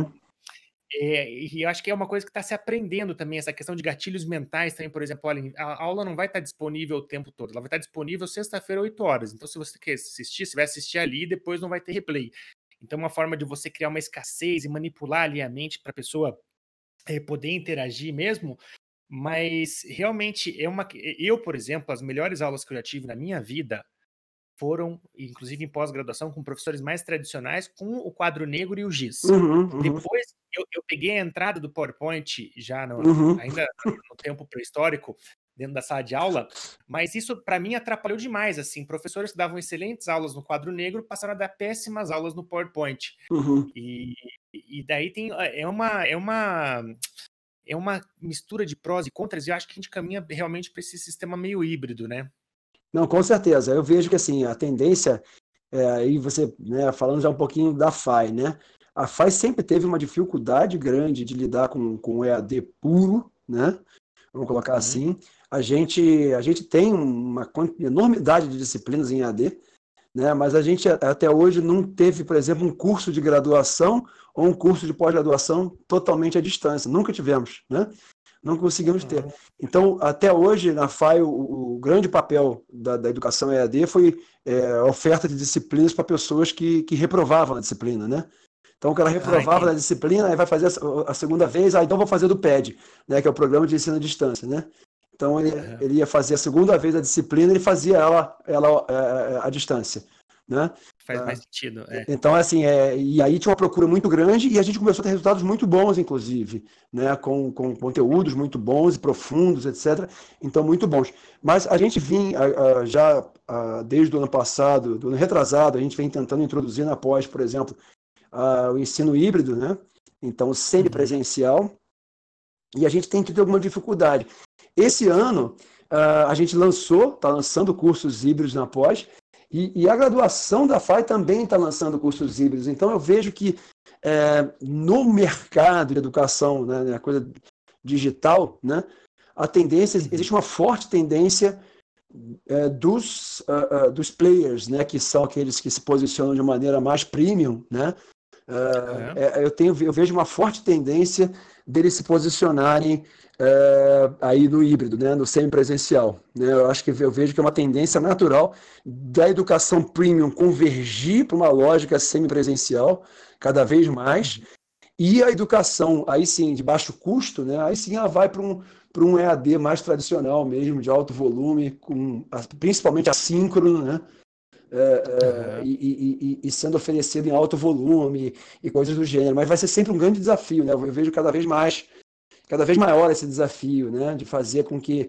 E eu acho que é uma coisa que está se aprendendo também, essa questão de gatilhos mentais também, por exemplo, olha, a aula não vai estar disponível o tempo todo, ela vai estar disponível sexta-feira, 8 horas. Então, se você quer assistir, você vai assistir ali e depois não vai ter replay. Então, uma forma de você criar uma escassez e manipular ali a mente para a pessoa poder interagir mesmo, mas realmente eu, por exemplo, as melhores aulas que eu já tive na minha vida foram, inclusive em pós-graduação, com professores mais tradicionais, com o quadro negro e o giz. Depois, eu peguei a entrada do PowerPoint, já ainda no tempo pré-histórico, dentro da sala de aula, mas isso, para mim, atrapalhou demais. Assim, professores que davam excelentes aulas no quadro negro passaram a dar péssimas aulas no PowerPoint. E daí é uma mistura de prós e contras, e eu acho que a gente caminha realmente para esse sistema meio híbrido, né? Não, com certeza. Eu vejo que assim, a tendência, aí você, né, falando já um pouquinho da FAI, né? A FAI sempre teve uma dificuldade grande de lidar com o EAD puro, né? Vamos colocar assim. A gente tem uma enormidade de disciplinas em EAD, né? Mas a gente até hoje não teve, por exemplo, um curso de graduação ou um curso de pós-graduação totalmente à distância. Nunca tivemos, né? Não conseguimos ter. Então, até hoje, na FAI, o grande papel da educação EAD foi a oferta de disciplinas para pessoas que reprovavam a disciplina, né? Então, o cara reprovava na disciplina, aí vai fazer a segunda vez, então vou fazer do PED, né, que é o Programa de Ensino à Distância, né? Então, ele ia fazer a segunda vez a disciplina, ele fazia ela à distância, né? Faz mais sentido. Então, assim, e aí tinha uma procura muito grande e a gente começou a ter resultados muito bons, inclusive, né? Com conteúdos muito bons e profundos, etc. Então, muito bons. Mas a gente vinha já desde o ano passado, do ano retrasado, a gente vem tentando introduzir na pós, por exemplo, o ensino híbrido, né? Então, semipresencial. E a gente tem tido alguma dificuldade. Esse ano, a gente está lançando cursos híbridos na pós, e a graduação da FAI também está lançando cursos híbridos. Então, eu vejo que no mercado de educação, né, a coisa digital, né, a tendência, existe uma forte tendência dos players, né, que são aqueles que se posicionam de maneira mais premium, né, Eu vejo uma forte tendência deles se posicionarem aí no híbrido, né, no semipresencial, né? Eu vejo que é uma tendência natural da educação premium convergir para uma lógica semipresencial cada vez mais, e a educação, aí sim, de baixo custo, né, aí sim ela vai para um EAD mais tradicional mesmo, de alto volume, principalmente assíncrono, né? E sendo oferecido em alto volume e coisas do gênero, mas vai ser sempre um grande desafio, né? Eu vejo cada vez maior esse desafio, né? De fazer com que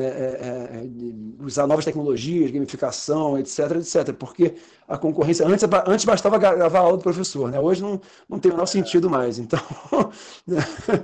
usar novas tecnologias, gamificação, etc, porque a concorrência antes bastava gravar a aula do professor, né? Hoje não tem o menor sentido mais, então né?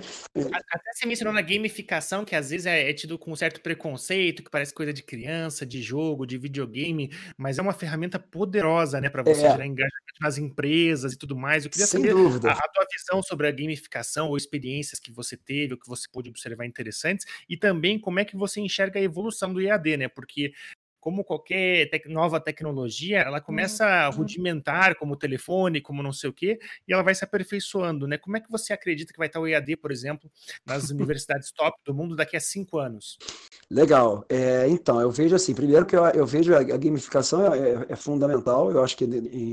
Até você mencionou na gamificação, que às vezes é tido com um certo preconceito, que parece coisa de criança, de jogo, de videogame, mas é uma ferramenta poderosa, né, para você gerar engajamento nas empresas e tudo mais. Eu queria sem saber dúvida. a tua visão sobre a gamificação, ou experiências que você teve, ou que você pôde observar interessantes, e também como é que você enxerga a evolução do EAD, né? Porque como qualquer nova tecnologia, ela começa rudimentar, como o telefone, como não sei o quê, e ela vai se aperfeiçoando, né? Como é que você acredita que vai estar o EAD, por exemplo, nas universidades top do mundo daqui a 5 anos? Legal. Então, eu vejo assim, primeiro que eu vejo a gamificação é fundamental, eu acho que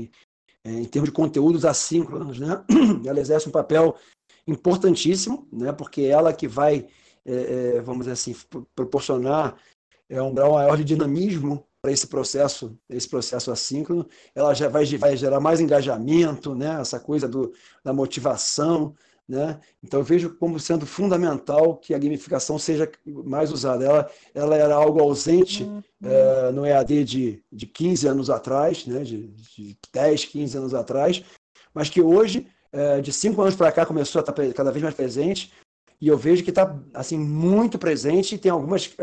em termos de conteúdos assíncronos, né? Ela exerce um papel importantíssimo, né? Porque ela que vai, vamos dizer assim, proporcionar um grau maior de dinamismo para esse processo assíncrono. Ela já vai gerar mais engajamento, né? Essa coisa da motivação, né? Então eu vejo como sendo fundamental que a gamificação seja mais usada. Ela era algo ausente no EAD de 15 anos atrás, né? de 10, 15 anos atrás, mas que hoje, de 5 anos para cá, começou a estar cada vez mais presente. E eu vejo que está assim, muito presente e tem algumas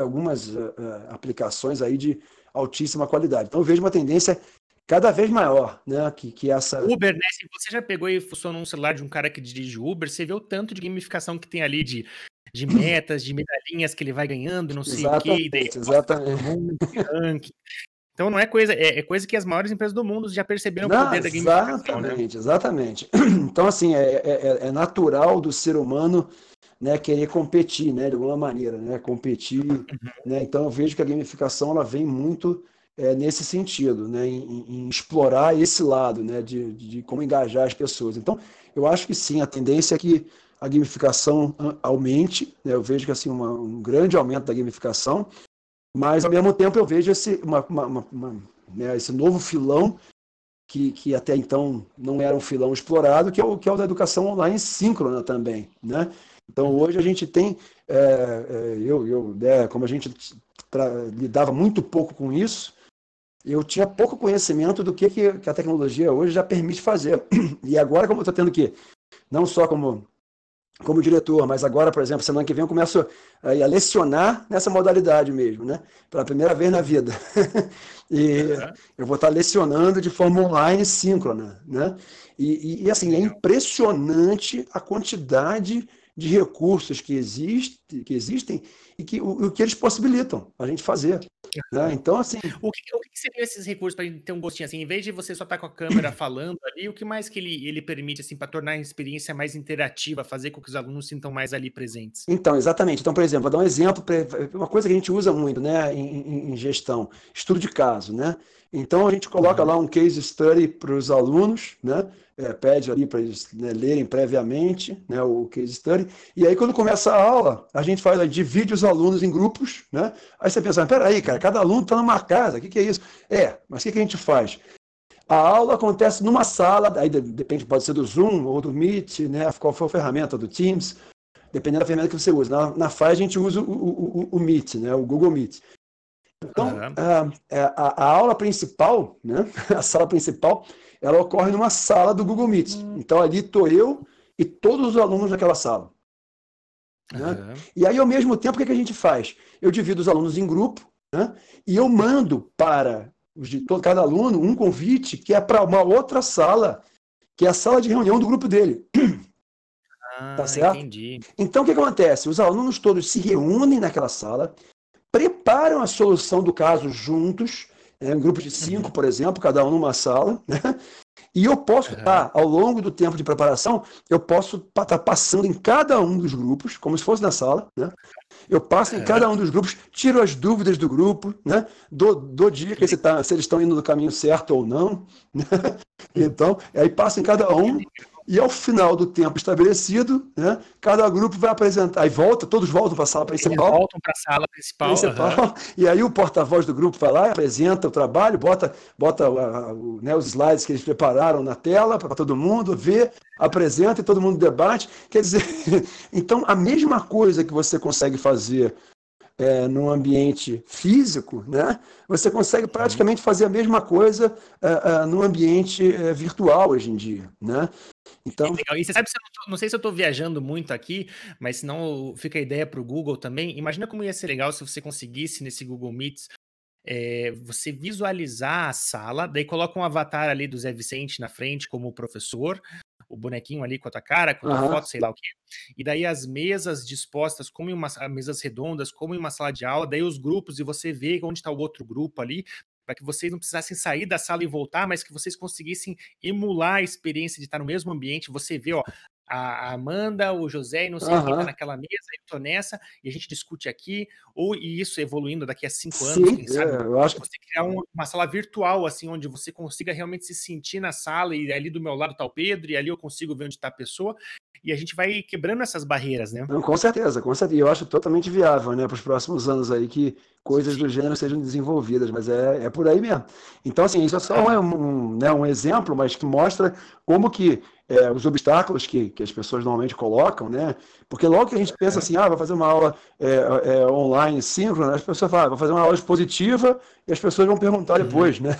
aplicações aí de altíssima qualidade. Então eu vejo uma tendência cada vez maior, né? Que essa... Uber, né? Se você já pegou e funcionou num celular de um cara que dirige Uber, você vê o tanto de gamificação que tem ali de metas, de medalhinhas que ele vai ganhando, não sei o quê, e daí exatamente. ranking. Então não é coisa, é coisa que as maiores empresas do mundo já perceberam o poder da gamificação, né? Exatamente. Então, assim, é natural do ser humano, né, querer competir, né, de alguma maneira, né, competir, né? Então eu vejo que a gamificação ela vem muito nesse sentido, né, em explorar esse lado, né, de como engajar as pessoas. Então eu acho que sim, a tendência é que a gamificação aumente, né? Eu vejo que assim um grande aumento da gamificação, mas ao mesmo tempo eu vejo esse novo filão que até então não era um filão explorado, que é o da educação online síncrona também, né? Então hoje a gente tem, como a gente lidava muito pouco com isso, eu tinha pouco conhecimento do que a tecnologia hoje já permite fazer. E agora, como eu estou tendo que, não só como diretor, mas agora, por exemplo, semana que vem eu começo a lecionar nessa modalidade mesmo, né? Pela primeira vez na vida. E eu vou estar lecionando de forma online síncrona, né? E assim, é impressionante a quantidade de recursos que existem e o que eles possibilitam a gente fazer. Né? Então, assim... O que seriam esses recursos para a gente ter um gostinho assim? Em vez de você só estar com a câmera falando ali, o que mais que ele permite assim para tornar a experiência mais interativa, fazer com que os alunos sintam mais ali presentes? Então, exatamente. Então, por exemplo, vou dar um exemplo, uma coisa que a gente usa muito, né, em gestão, estudo de caso, né? Então a gente coloca lá um case study para os alunos, né? Pede ali para eles, né, lerem previamente, né, o case study, e aí quando começa a aula, a gente divide os alunos em grupos, né? Aí você pensa, peraí, cara, cada aluno está numa casa, o que é isso? Mas o que a gente faz? A aula acontece numa sala, aí depende, pode ser do Zoom ou do Meet, né? Qual for a ferramenta do Teams, dependendo da ferramenta que você usa. Na FAI a gente usa o Meet, né? O Google Meet. Então, a aula principal, né? A sala principal, ela ocorre numa sala do Google Meet. Então, ali estou eu e todos os alunos daquela sala. Né? E aí, ao mesmo tempo, o que a gente faz? Eu divido os alunos em grupo, né? E eu mando para cada aluno um convite que é para uma outra sala, que é a sala de reunião do grupo dele. Tá certo? Entendi. Então, o que acontece? Os alunos todos se reúnem naquela sala, preparam a solução do caso juntos, um grupo de 5, por exemplo, cada um numa sala, né? E eu posso Aham. estar, ao longo do tempo de preparação, eu posso estar passando em cada um dos grupos, como se fosse na sala, né? Eu passo em Aham. cada um dos grupos, tiro as dúvidas do grupo, né? Dou Que dicas legal. se eles estão indo no caminho certo ou não, né? Então, aí passo em cada Que um, legal. e ao final do tempo estabelecido, né? Cada grupo vai apresentar, aí volta, todos voltam para a sala Eles principal, voltam para a sala principal. Aham. e aí o porta-voz do grupo vai lá, apresenta o trabalho, bota né, os slides que eles prepararam na tela para todo mundo ver, apresenta e todo mundo debate. Quer dizer, então a mesma coisa que você consegue fazer num ambiente físico, né, você consegue Uhum. praticamente fazer a mesma coisa no ambiente virtual hoje em dia. Né? Que Então, legal. E você sabe, se eu não sei se eu estou viajando muito aqui, mas senão fica a ideia para o Google também. Imagina como ia ser legal se você conseguisse nesse Google Meets você visualizar a sala, daí coloca um avatar ali do Zé Vicente na frente como professor, o bonequinho ali com a tua cara, com a tua aham, foto, sei lá o quê. E daí as mesas dispostas como em mesas redondas, como em uma sala de aula, daí os grupos e você vê onde está o outro grupo ali, para que vocês não precisassem sair da sala e voltar, mas que vocês conseguissem emular a experiência de estar no mesmo ambiente. Você vê, ó, a Amanda, o José e não sei quem está aham. naquela mesa, eu tô nessa, e a gente discute aqui, ou e isso evoluindo daqui a 5 anos, Sim, quem sabe, eu acho que você criar uma sala virtual, assim, onde você consiga realmente se sentir na sala, e ali do meu lado tá o Pedro, e ali eu consigo ver onde está a pessoa, e a gente vai quebrando essas barreiras, né? não, com certeza, com certeza. E eu acho totalmente viável, né, para os próximos anos aí que coisas do gênero sejam desenvolvidas, mas é por aí mesmo. Então, assim, isso é só Ah, né, um exemplo, mas que mostra como que os obstáculos que as pessoas normalmente colocam, né? Porque logo que a gente pensa assim, vai fazer uma aula online síncrona, as pessoas falam, vou fazer uma aula expositiva e as pessoas vão perguntar uhum. depois, né?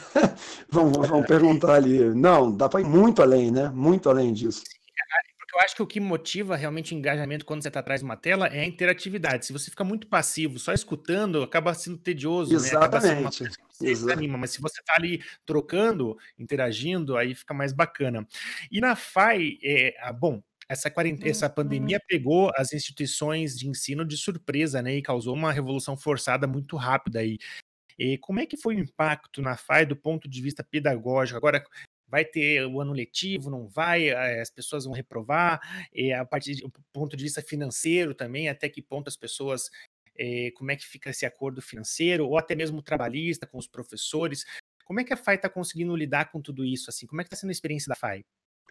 Vão perguntar ali. Não, dá para ir muito além, né? Muito além disso. Porque eu acho que o que motiva realmente o engajamento quando você está atrás de uma tela é a interatividade. Se você fica muito passivo, só escutando, acaba sendo tedioso, né? Acaba sendo uma Exatamente. coisa que você desanima. Mas se você está ali trocando, interagindo, aí fica mais bacana. E na FAI, bom, essa pandemia pegou as instituições de ensino de surpresa, né? E causou uma revolução forçada muito rápida aí. E como é que foi o impacto na FAI do ponto de vista pedagógico? Agora vai ter o ano letivo, não vai, as pessoas vão reprovar, a partir do ponto de vista financeiro também, até que ponto as pessoas, como é que fica esse acordo financeiro, ou até mesmo trabalhista com os professores. Como é que a FAI está conseguindo lidar com tudo isso, assim? Como é que está sendo a experiência da FAI?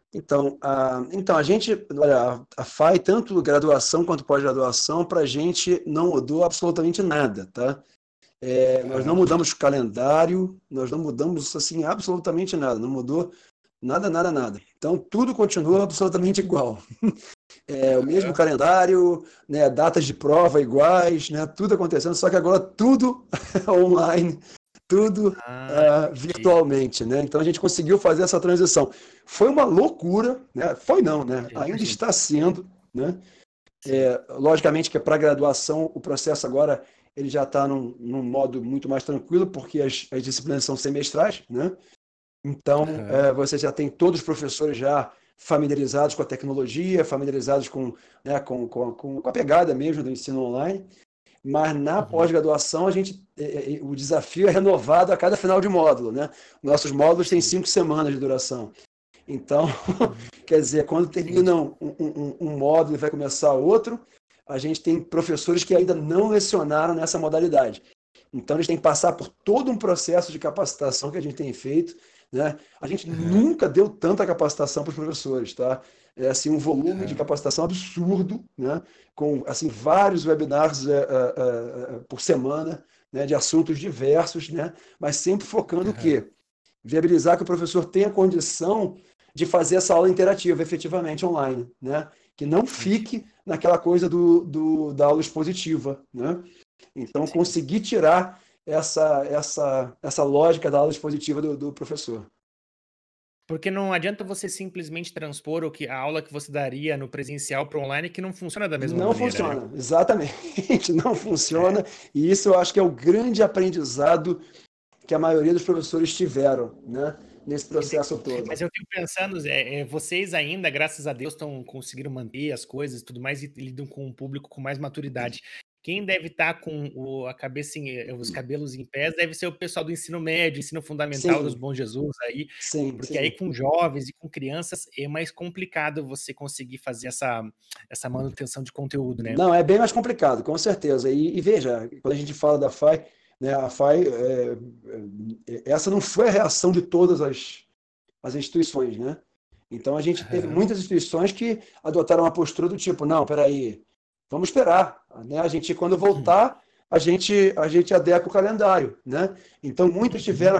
Então, a gente, olha, a FAI, tanto graduação quanto pós-graduação, para a gente não mudou absolutamente nada, tá? Nós não Aham, mudamos o calendário, nós não mudamos, assim, absolutamente nada, não mudou nada, nada, nada. Então, tudo continua absolutamente igual. O mesmo aham. calendário, né, datas de prova iguais, né, tudo acontecendo, só que agora tudo online, tudo Ah, entendi. virtualmente, né? Então a gente conseguiu fazer essa transição. Foi uma loucura, né? Foi não, né? Eu Ainda imagino. está sendo, né? Sim. Logicamente que para graduação o processo agora ele já está num modo muito mais tranquilo, porque as disciplinas são semestrais, né? Então, Aham, você já tem todos os professores já familiarizados com a tecnologia, familiarizados com, né, com a pegada mesmo do ensino online, mas na uhum, pós-graduação o desafio é renovado a cada final de módulo, né? Nossos módulos têm sim. 5 semanas de duração. Então, Hum, quer dizer, quando termina entendi. um módulo e vai começar outro, a gente tem professores que ainda não lecionaram nessa modalidade. Então, eles têm que passar por todo um processo de capacitação que a gente tem feito, né? A gente Aham, nunca deu tanta capacitação para os professores, tá? É assim um volume de aham, capacitação absurdo, né? Com assim vários webinars por semana, né? De assuntos diversos, né? Mas sempre focando o aham. quê? Viabilizar que o professor tenha condição de fazer essa aula interativa efetivamente online, né? Que não Entendi. fique naquela coisa da aula expositiva, né? Então, Sim. conseguir tirar essa lógica da aula expositiva do professor. Porque não adianta você simplesmente transpor a aula que você daria no presencial para o online, que não funciona da mesma Não maneira, né? funciona, exatamente, não É. funciona. E isso eu acho que é o grande aprendizado que a maioria dos professores tiveram, né, nesse Que processo legal. todo. Mas eu fico pensando, Zé, vocês ainda, graças a Deus, estão conseguindo manter as coisas e tudo mais e lidam com um público com mais maturidade. quem deve estar com os cabelos em pés deve ser o pessoal do ensino médio, ensino fundamental dos Sim, Bom Jesus aí, sim, porque aí sim. com jovens e com crianças é mais complicado você conseguir fazer essa manutenção de conteúdo, né? Não, é bem mais complicado, com certeza. E veja, quando a gente fala da FAI, né, a FAI, essa não foi a reação de todas as instituições, né? Então a gente teve Aham. muitas instituições que adotaram uma postura do tipo, não, peraí, vamos esperar, né? A gente, quando voltar, a gente adequa o calendário, né? Então muitos tiveram Uhum.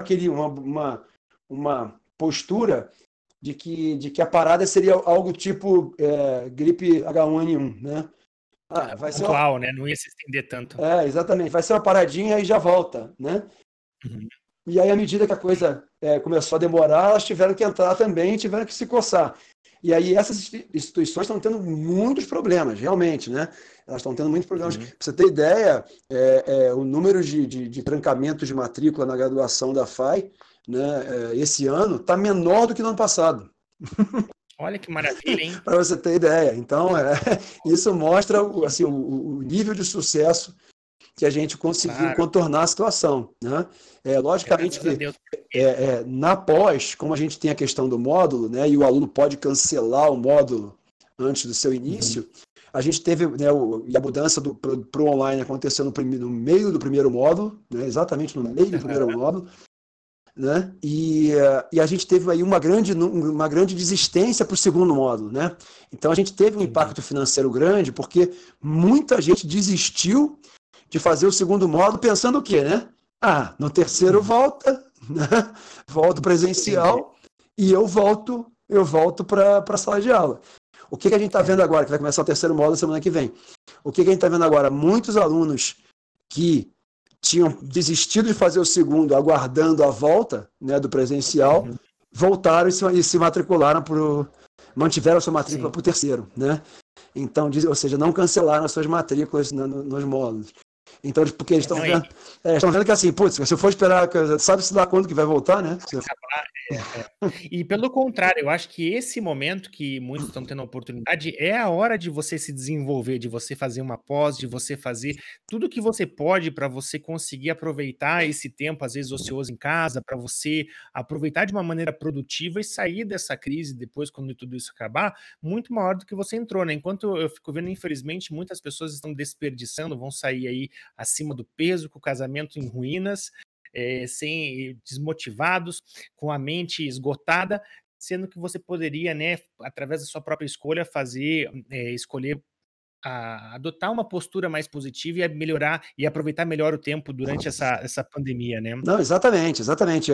uma postura de que a parada seria algo tipo gripe H1N1, né? Ah, vai ser uma, Pontual, né? Não ia se estender tanto. exatamente, vai ser uma paradinha e já volta, né? Uhum. E aí, à medida que a coisa começou a demorar, elas tiveram que entrar também e tiveram que se coçar. E aí essas instituições estão tendo muitos problemas, realmente, né? Elas estão tendo muitos problemas. Para Uhum. você ter ideia, o número de trancamentos de matrícula na graduação da FAI, né, esse ano está menor do que no ano passado. Olha que maravilha, hein? Para você ter ideia. Então, isso mostra assim, o nível de sucesso que a gente conseguiu Claro, contornar a situação, né? Logicamente graças a que Deus. na pós, como a gente tem a questão do módulo, né, e o aluno pode cancelar o módulo antes do seu Uhum. início, a gente teve, né, e a mudança para o online aconteceu no meio do primeiro módulo, né, exatamente no meio do primeiro Aham. módulo, né? E a gente teve aí uma grande desistência para o segundo módulo, né? Então a gente teve um Entendi. impacto financeiro grande porque muita gente desistiu de fazer o segundo módulo pensando o quê, né? Ah, no terceiro Uhum. volta, né? Volto Entendi. presencial e eu volto para a sala de aula. O que a gente está vendo É. agora, que vai começar o terceiro módulo semana que vem? O que a gente está vendo agora? Muitos alunos que tinham desistido de fazer o segundo, aguardando a volta, né, do presencial, Uhum. voltaram e se matricularam mantiveram a sua matrícula Sim. para o terceiro, né? Então, ou seja, não cancelaram as suas matrículas nos módulos. Então, porque eles estão Não, vendo, estão vendo que assim, putz, se eu for esperar, sabe-se lá quando que vai voltar, né? E pelo contrário, eu acho que esse momento que muitos estão tendo a oportunidade é a hora de você se desenvolver, de você fazer uma pós, de você fazer tudo que você pode para você conseguir aproveitar esse tempo, às vezes ocioso em casa, para você aproveitar de uma maneira produtiva e sair dessa crise depois, quando tudo isso acabar, muito maior do que você entrou, né? Enquanto eu fico vendo, infelizmente, muitas pessoas estão desperdiçando, vão sair aí acima do peso, com o casamento em ruínas, sem desmotivados, com a mente esgotada, sendo que você poderia, né, através da sua própria escolha, escolher adotar uma postura mais positiva e melhorar e aproveitar melhor o tempo durante essa pandemia, né? Não, exatamente, exatamente.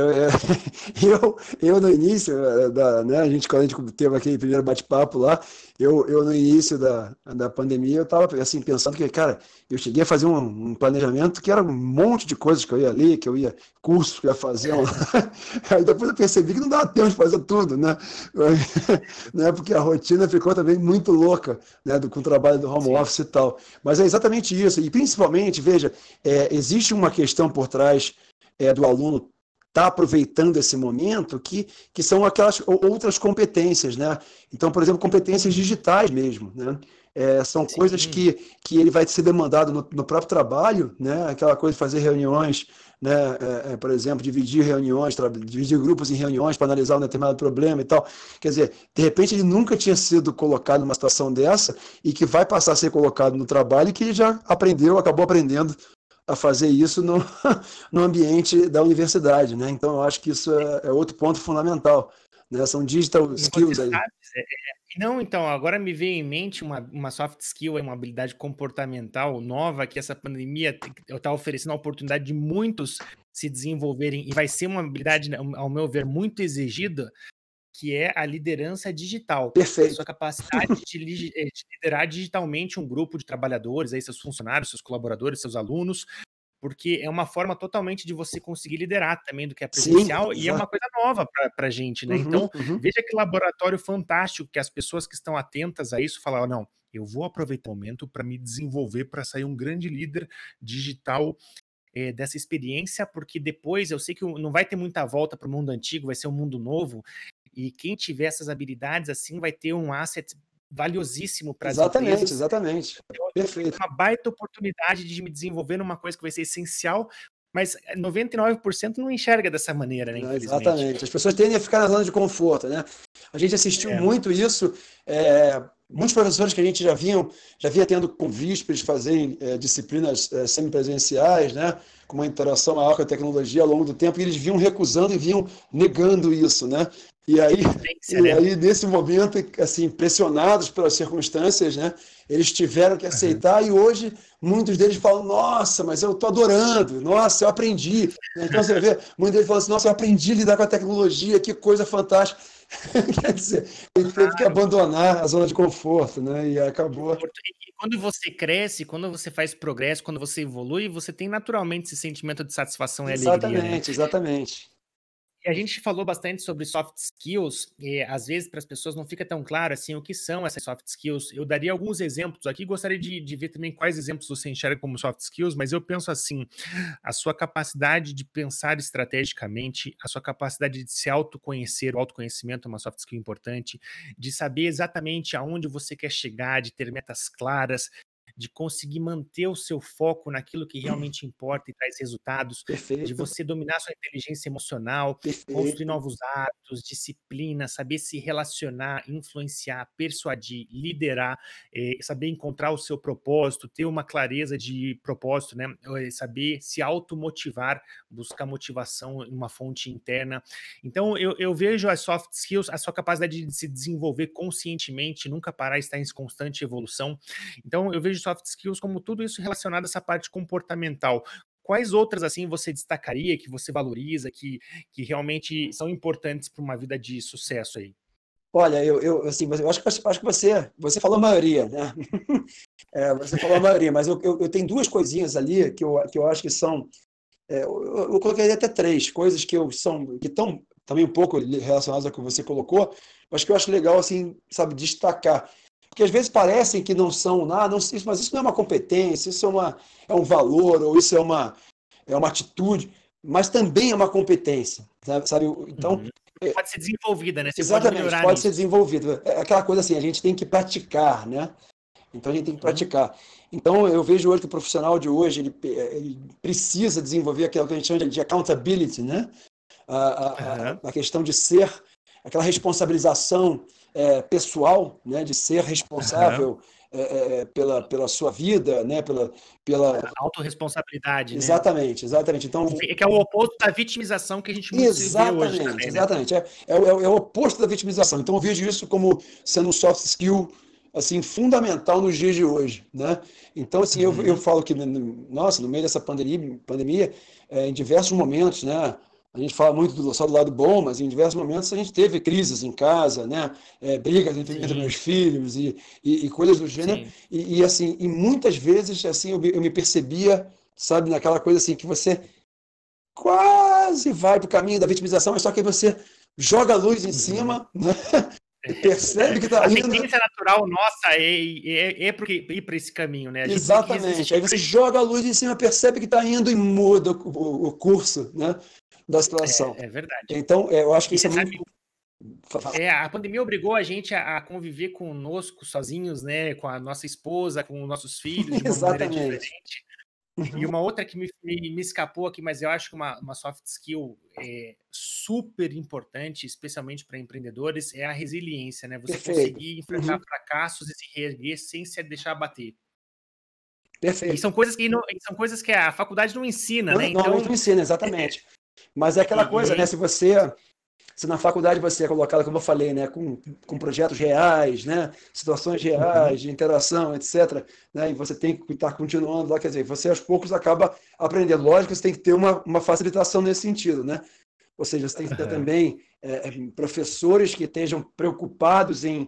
Eu no início, né, quando a gente teve aquele primeiro bate-papo lá, eu no início da pandemia, eu estava assim, pensando que, cara, eu cheguei a fazer um planejamento que era um monte de coisas que eu ia ler, que eu ia curso, que eu ia fazer. Aí depois eu percebi que não dava tempo de fazer tudo, né? Né, porque a rotina ficou também muito louca, né, com o trabalho do home Sim. office e tal. Mas é exatamente isso. E principalmente, veja, existe uma questão por trás do aluno estar aproveitando esse momento que são aquelas outras competências, né? Então, por exemplo, competências digitais mesmo, né? São coisas Sim. que ele vai ser demandado no próprio trabalho, né? Aquela coisa de fazer reuniões, né? Por exemplo, dividir reuniões, dividir grupos em reuniões para analisar um determinado problema e tal. Quer dizer, de repente ele nunca tinha sido colocado numa situação dessa e que vai passar a ser colocado no trabalho e que ele já acabou aprendendo a fazer isso no ambiente da universidade, né? Então, eu acho que isso é outro ponto fundamental, né? São digital E você skills aí. sabe, não, então, agora me veio em mente uma soft skill, uma habilidade comportamental nova que essa pandemia está oferecendo a oportunidade de muitos se desenvolverem, e vai ser uma habilidade, ao meu ver, muito exigida, que é a liderança digital. A sua Perfeito. capacidade de liderar digitalmente um grupo de trabalhadores, aí, seus funcionários, seus colaboradores, seus alunos, porque é uma forma totalmente de você conseguir liderar também do que é Sim, presencial, e é uma exato. coisa nova para a gente, né? Uhum, Então, uhum. veja que laboratório fantástico que as pessoas que estão atentas a isso falam, não, eu vou aproveitar o momento para me desenvolver, para sair um grande líder digital dessa experiência, porque depois eu sei que não vai ter muita volta para o mundo antigo, vai ser um mundo novo, e quem tiver essas habilidades assim vai ter um asset valiosíssimo para as Exatamente, empresas. exatamente. Perfeito. Uma baita oportunidade de me desenvolver numa coisa que vai ser essencial, mas 99% não enxerga dessa maneira, né, infelizmente. Exatamente. As pessoas tendem a ficar na zona de conforto, né? A gente assistiu muito isso. Muitos professores que a gente já via tendo convites para eles fazerem disciplinas semipresenciais, né? Com uma interação maior com a tecnologia ao longo do tempo, e eles vinham recusando e vinham negando isso, né? E aí, nesse momento, assim, pressionados pelas circunstâncias, né, eles tiveram que aceitar, e hoje muitos deles falam, nossa, mas eu estou adorando, nossa, eu aprendi. Então você vê, muitos deles falam assim, nossa, eu aprendi a lidar com a tecnologia, que coisa fantástica. Quer dizer, ele teve que abandonar a zona de conforto, né, e acabou. E quando você cresce, quando você faz progresso, quando você evolui, você tem naturalmente esse sentimento de satisfação e alegria, né? Exatamente. E a gente falou bastante sobre soft skills, e às vezes para as pessoas não fica tão claro assim o que são essas soft skills. Eu daria alguns exemplos aqui, gostaria de ver também quais exemplos você enxerga como soft skills, mas eu penso assim, a sua capacidade de pensar estrategicamente, a sua capacidade de se autoconhecer, o autoconhecimento é uma soft skill importante, de saber exatamente aonde você quer chegar, de ter metas claras, de conseguir manter o seu foco naquilo que realmente importa e traz resultados, Perfeito. de você dominar sua inteligência emocional, construir novos hábitos, disciplina, saber se relacionar, influenciar, persuadir, liderar, saber encontrar o seu propósito, ter uma clareza de propósito, né? Saber se automotivar, buscar motivação em uma fonte interna. Então, eu vejo as soft skills, a sua capacidade de se desenvolver conscientemente, nunca parar, estar em constante evolução. Então, eu vejo soft skills como tudo isso relacionado a essa parte comportamental. Quais outras, assim, você destacaria, que você valoriza, que realmente são importantes para uma vida de sucesso aí? Olha, assim, eu acho que você falou a maioria, né? Você falou a maioria, mas eu tenho duas coisinhas ali que eu acho que são. Eu colocaria até três coisas que estão também um pouco relacionadas ao que você colocou, mas que eu acho legal, assim, sabe, destacar. Porque às vezes parecem que não são nada, mas isso não é uma competência, isso é um valor, ou isso é uma atitude, mas também é uma competência, sabe? Então, pode ser desenvolvida, né? Você exatamente, pode melhorar pode nisso. ser desenvolvido. É aquela coisa assim, a gente tem que praticar, né? Então a gente tem que praticar. Então eu vejo hoje que o profissional de hoje ele precisa desenvolver aquilo que a gente chama de accountability, né? A questão de ser aquela responsabilização pessoal, né? De ser responsável pela sua vida, né? Pela autorresponsabilidade, né? Exatamente. Então, que é o oposto da vitimização que a gente muito se vê hoje também, né? Exatamente. É o oposto da vitimização. Então eu vejo isso como sendo um soft skill assim, fundamental nos dias de hoje, né? Então, assim, eu falo que, nossa, no meio dessa pandemia, em diversos momentos, né? A gente fala muito só do lado bom, mas em diversos momentos a gente teve crises em casa, né? Brigas entre meus filhos e coisas do gênero. E, assim, e muitas vezes, assim, eu me percebia, sabe, naquela coisa assim, que você quase vai para o caminho da vitimização, mas só que você joga a luz em cima, né? Percebe que está indo. A tendência natural nossa é ir para esse caminho, né? Exatamente. Aí você joga a luz em cima, percebe que está indo e muda o curso, né, da situação. É verdade. Então, eu acho que isso é muito. A pandemia obrigou a gente a conviver conosco sozinhos, né? Com a nossa esposa, com os nossos filhos, de uma maneira diferente. E uma outra que me escapou aqui, mas eu acho que uma soft skill super importante, especialmente para empreendedores, é a resiliência, né? Você conseguir enfrentar fracassos e se reerguer sem se deixar abater. Perfeito. E são coisas que a faculdade não ensina, né? Então, não ensina, exatamente. Mas é aquela coisa, né? Se na faculdade você é colocado, como eu falei, né, com projetos reais, né, situações reais, de interação, etc., né, e você tem que estar continuando lá, quer dizer, você aos poucos acaba aprendendo. Lógico que você tem que ter uma facilitação nesse sentido, né? Ou seja, você tem que ter também professores que estejam preocupados em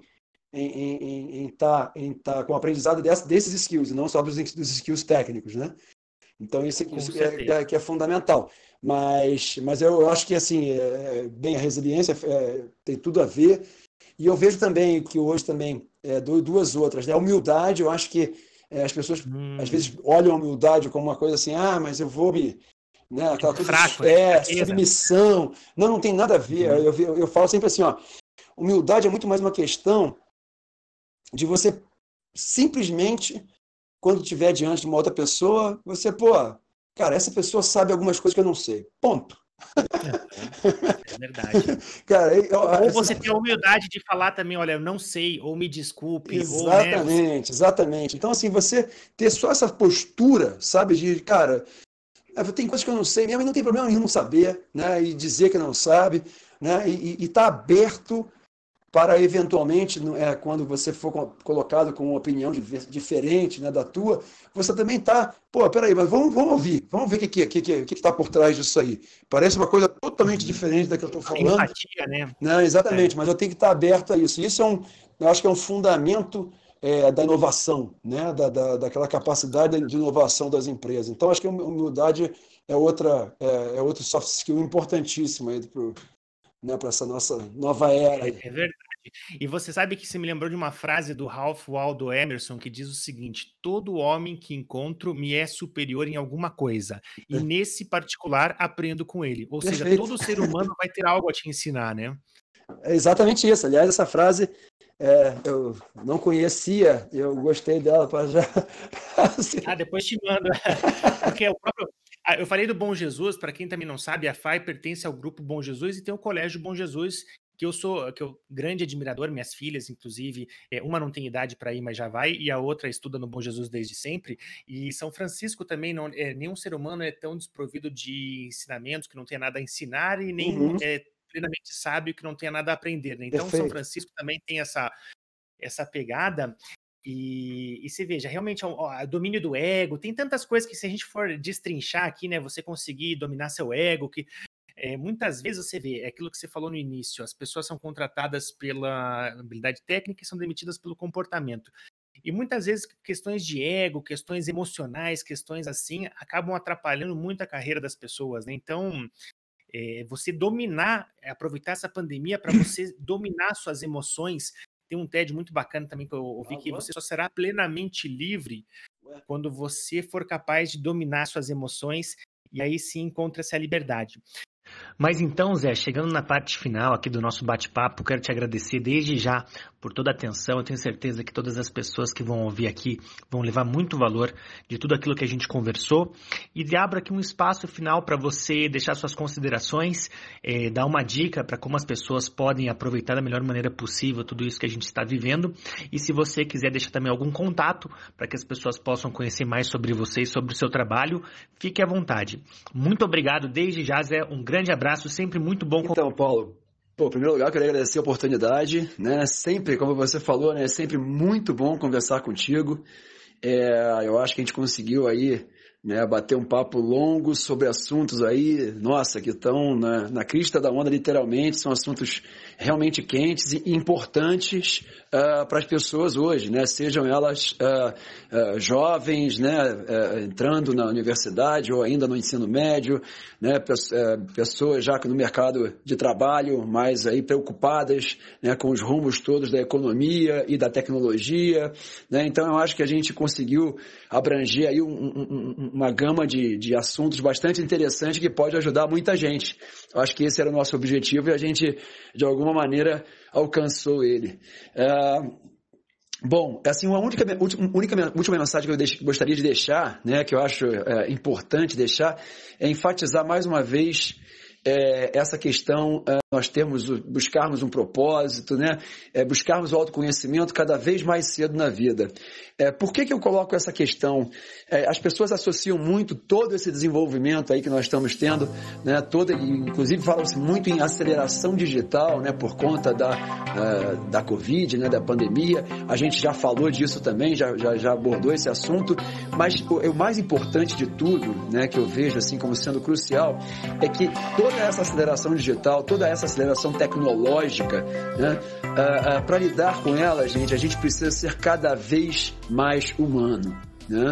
estar com o aprendizado desses skills, e não só dos skills técnicos, né? Então, isso que é fundamental. Mas eu acho que, assim, bem, a resiliência tem tudo a ver. E eu vejo também que hoje também, duas outras, né? A humildade, eu acho que as pessoas, às vezes, olham a humildade como uma coisa assim, mas eu vou me... Né? Aquela coisa fraco, submissão. Não tem nada a ver. Eu falo sempre assim, humildade é muito mais uma questão de você simplesmente, quando estiver diante de uma outra pessoa, você, cara, essa pessoa sabe algumas coisas que eu não sei. Ponto. É verdade. Cara, ou você ter a humildade de falar também, olha, eu não sei, ou me desculpe. Exatamente, exatamente. Então, assim, você ter só essa postura, sabe, de, cara, tem coisas que eu não sei mesmo e não tem problema nenhum não saber, né, e dizer que não sabe, né, e tá aberto para eventualmente, quando você for colocado com uma opinião diferente, né, da tua, você também tá, peraí, mas vamos ouvir, vamos ver o que está por trás disso aí. Parece uma coisa totalmente diferente da que eu estou falando. Empatia, né? Não, exatamente, mas eu tenho que estar aberto a isso. Isso eu acho que é um fundamento da inovação, né, daquela capacidade de inovação das empresas. Então, acho que a humildade é outro soft skill importantíssimo aí para essa nossa nova era. Aí. É verdade. E você sabe que você me lembrou de uma frase do Ralph Waldo Emerson que diz o seguinte: todo homem que encontro me é superior em alguma coisa, e nesse particular aprendo com ele. Ou seja, todo ser humano vai ter algo a te ensinar, né? É exatamente isso. Aliás, essa frase eu não conhecia, eu gostei dela para já. Depois te mando. Porque é o próprio. Eu falei do Bom Jesus, para quem também não sabe, a FAI pertence ao grupo Bom Jesus e tem o Colégio Bom Jesus, que eu grande admirador, minhas filhas, inclusive, uma não tem idade para ir, mas já vai, e a outra estuda no Bom Jesus desde sempre. E São Francisco também, nenhum ser humano é tão desprovido de ensinamentos que não tenha nada a ensinar e nem plenamente sábio que não tenha nada a aprender, né? Então, Perfeito. São Francisco também tem essa pegada. E você veja, realmente o domínio do ego, tem tantas coisas que se a gente for destrinchar aqui, né, você conseguir dominar seu ego, que muitas vezes você vê, é aquilo que você falou no início, as pessoas são contratadas pela habilidade técnica e são demitidas pelo comportamento. E muitas vezes questões de ego, questões emocionais, questões assim, acabam atrapalhando muito a carreira das pessoas, né? Então, você aproveitar essa pandemia para você dominar suas emoções. Tem um TED muito bacana também que eu ouvi, que você só será plenamente livre quando você for capaz de dominar suas emoções, e aí sim encontra essa liberdade. Mas então, Zé, chegando na parte final aqui do nosso bate-papo, quero te agradecer desde já por toda a atenção. Eu tenho certeza que todas as pessoas que vão ouvir aqui vão levar muito valor de tudo aquilo que a gente conversou. E abro aqui um espaço final para você deixar suas considerações, dar uma dica para como as pessoas podem aproveitar da melhor maneira possível tudo isso que a gente está vivendo. E se você quiser deixar também algum contato para que as pessoas possam conhecer mais sobre você e sobre o seu trabalho, fique à vontade. Muito obrigado desde já, Zé. Um grande abraço, sempre muito bom. Então, Paulo, em primeiro lugar, eu queria agradecer a oportunidade, né? Sempre, como você falou, né? É sempre muito bom conversar contigo. Eu acho que a gente conseguiu aí, né, bater um papo longo sobre assuntos aí, nossa, que estão na crista da onda, literalmente, são assuntos realmente quentes e importantes para as pessoas hoje, né? Sejam elas jovens, né, entrando na universidade ou ainda no ensino médio, né, pessoas já no mercado de trabalho, mais aí preocupadas, né, com os rumos todos da economia e da tecnologia, né? Então eu acho que a gente conseguiu abranger aí uma gama de assuntos bastante interessantes que pode ajudar muita gente. Eu acho que esse era o nosso objetivo e a gente, de alguma maneira, alcançou ele. Bom, assim, uma última mensagem que eu gostaria de deixar, né, que eu acho importante deixar, é enfatizar mais uma vez essa questão, nós buscarmos um propósito, né? Buscarmos o autoconhecimento cada vez mais cedo na vida. Por que eu coloco essa questão? As pessoas associam muito todo esse desenvolvimento aí que nós estamos tendo, né? Inclusive falam-se muito em aceleração digital, né? Por conta da Covid, né? Da pandemia. A gente já falou disso também, já abordou esse assunto, mas o mais importante de tudo, né? Que eu vejo assim como sendo crucial, é que toda essa aceleração digital, toda essa aceleração tecnológica, né? Para lidar com ela, a gente precisa ser cada vez mais humano, né?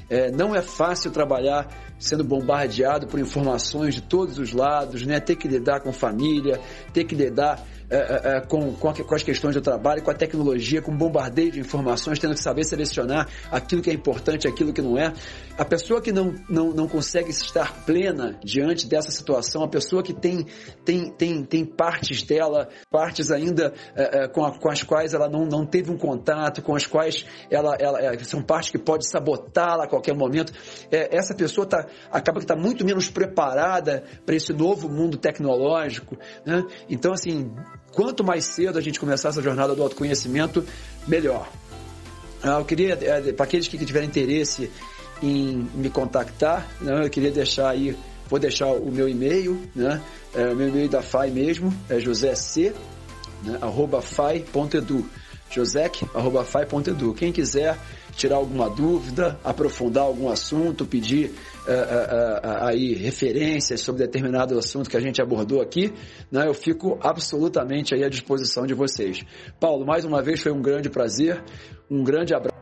Não é fácil trabalhar sendo bombardeado por informações de todos os lados, né? Ter que lidar com família, ter que lidar com as questões do trabalho, com a tecnologia, com bombardeio de informações, tendo que saber selecionar aquilo que é importante, aquilo que não é. A pessoa que não consegue estar plena diante dessa situação, a pessoa que tem partes dela, partes ainda com as quais ela não teve um contato, com as quais ela são partes que pode sabotá-la a qualquer momento, essa pessoa acaba que está muito menos preparada para esse novo mundo tecnológico, né? Então, assim, quanto mais cedo a gente começar essa jornada do autoconhecimento, melhor. Eu queria, para aqueles que tiverem interesse em me contactar, né, eu queria vou deixar o meu e-mail, né, o meu e-mail da FAI mesmo, é josec, né, @fai.edu, josec@fai.edu. Quem quiser tirar alguma dúvida, aprofundar algum assunto, pedir aí referências sobre determinado assunto que a gente abordou aqui, né, eu fico absolutamente aí à disposição de vocês. Paulo, mais uma vez foi um grande prazer, um grande abraço.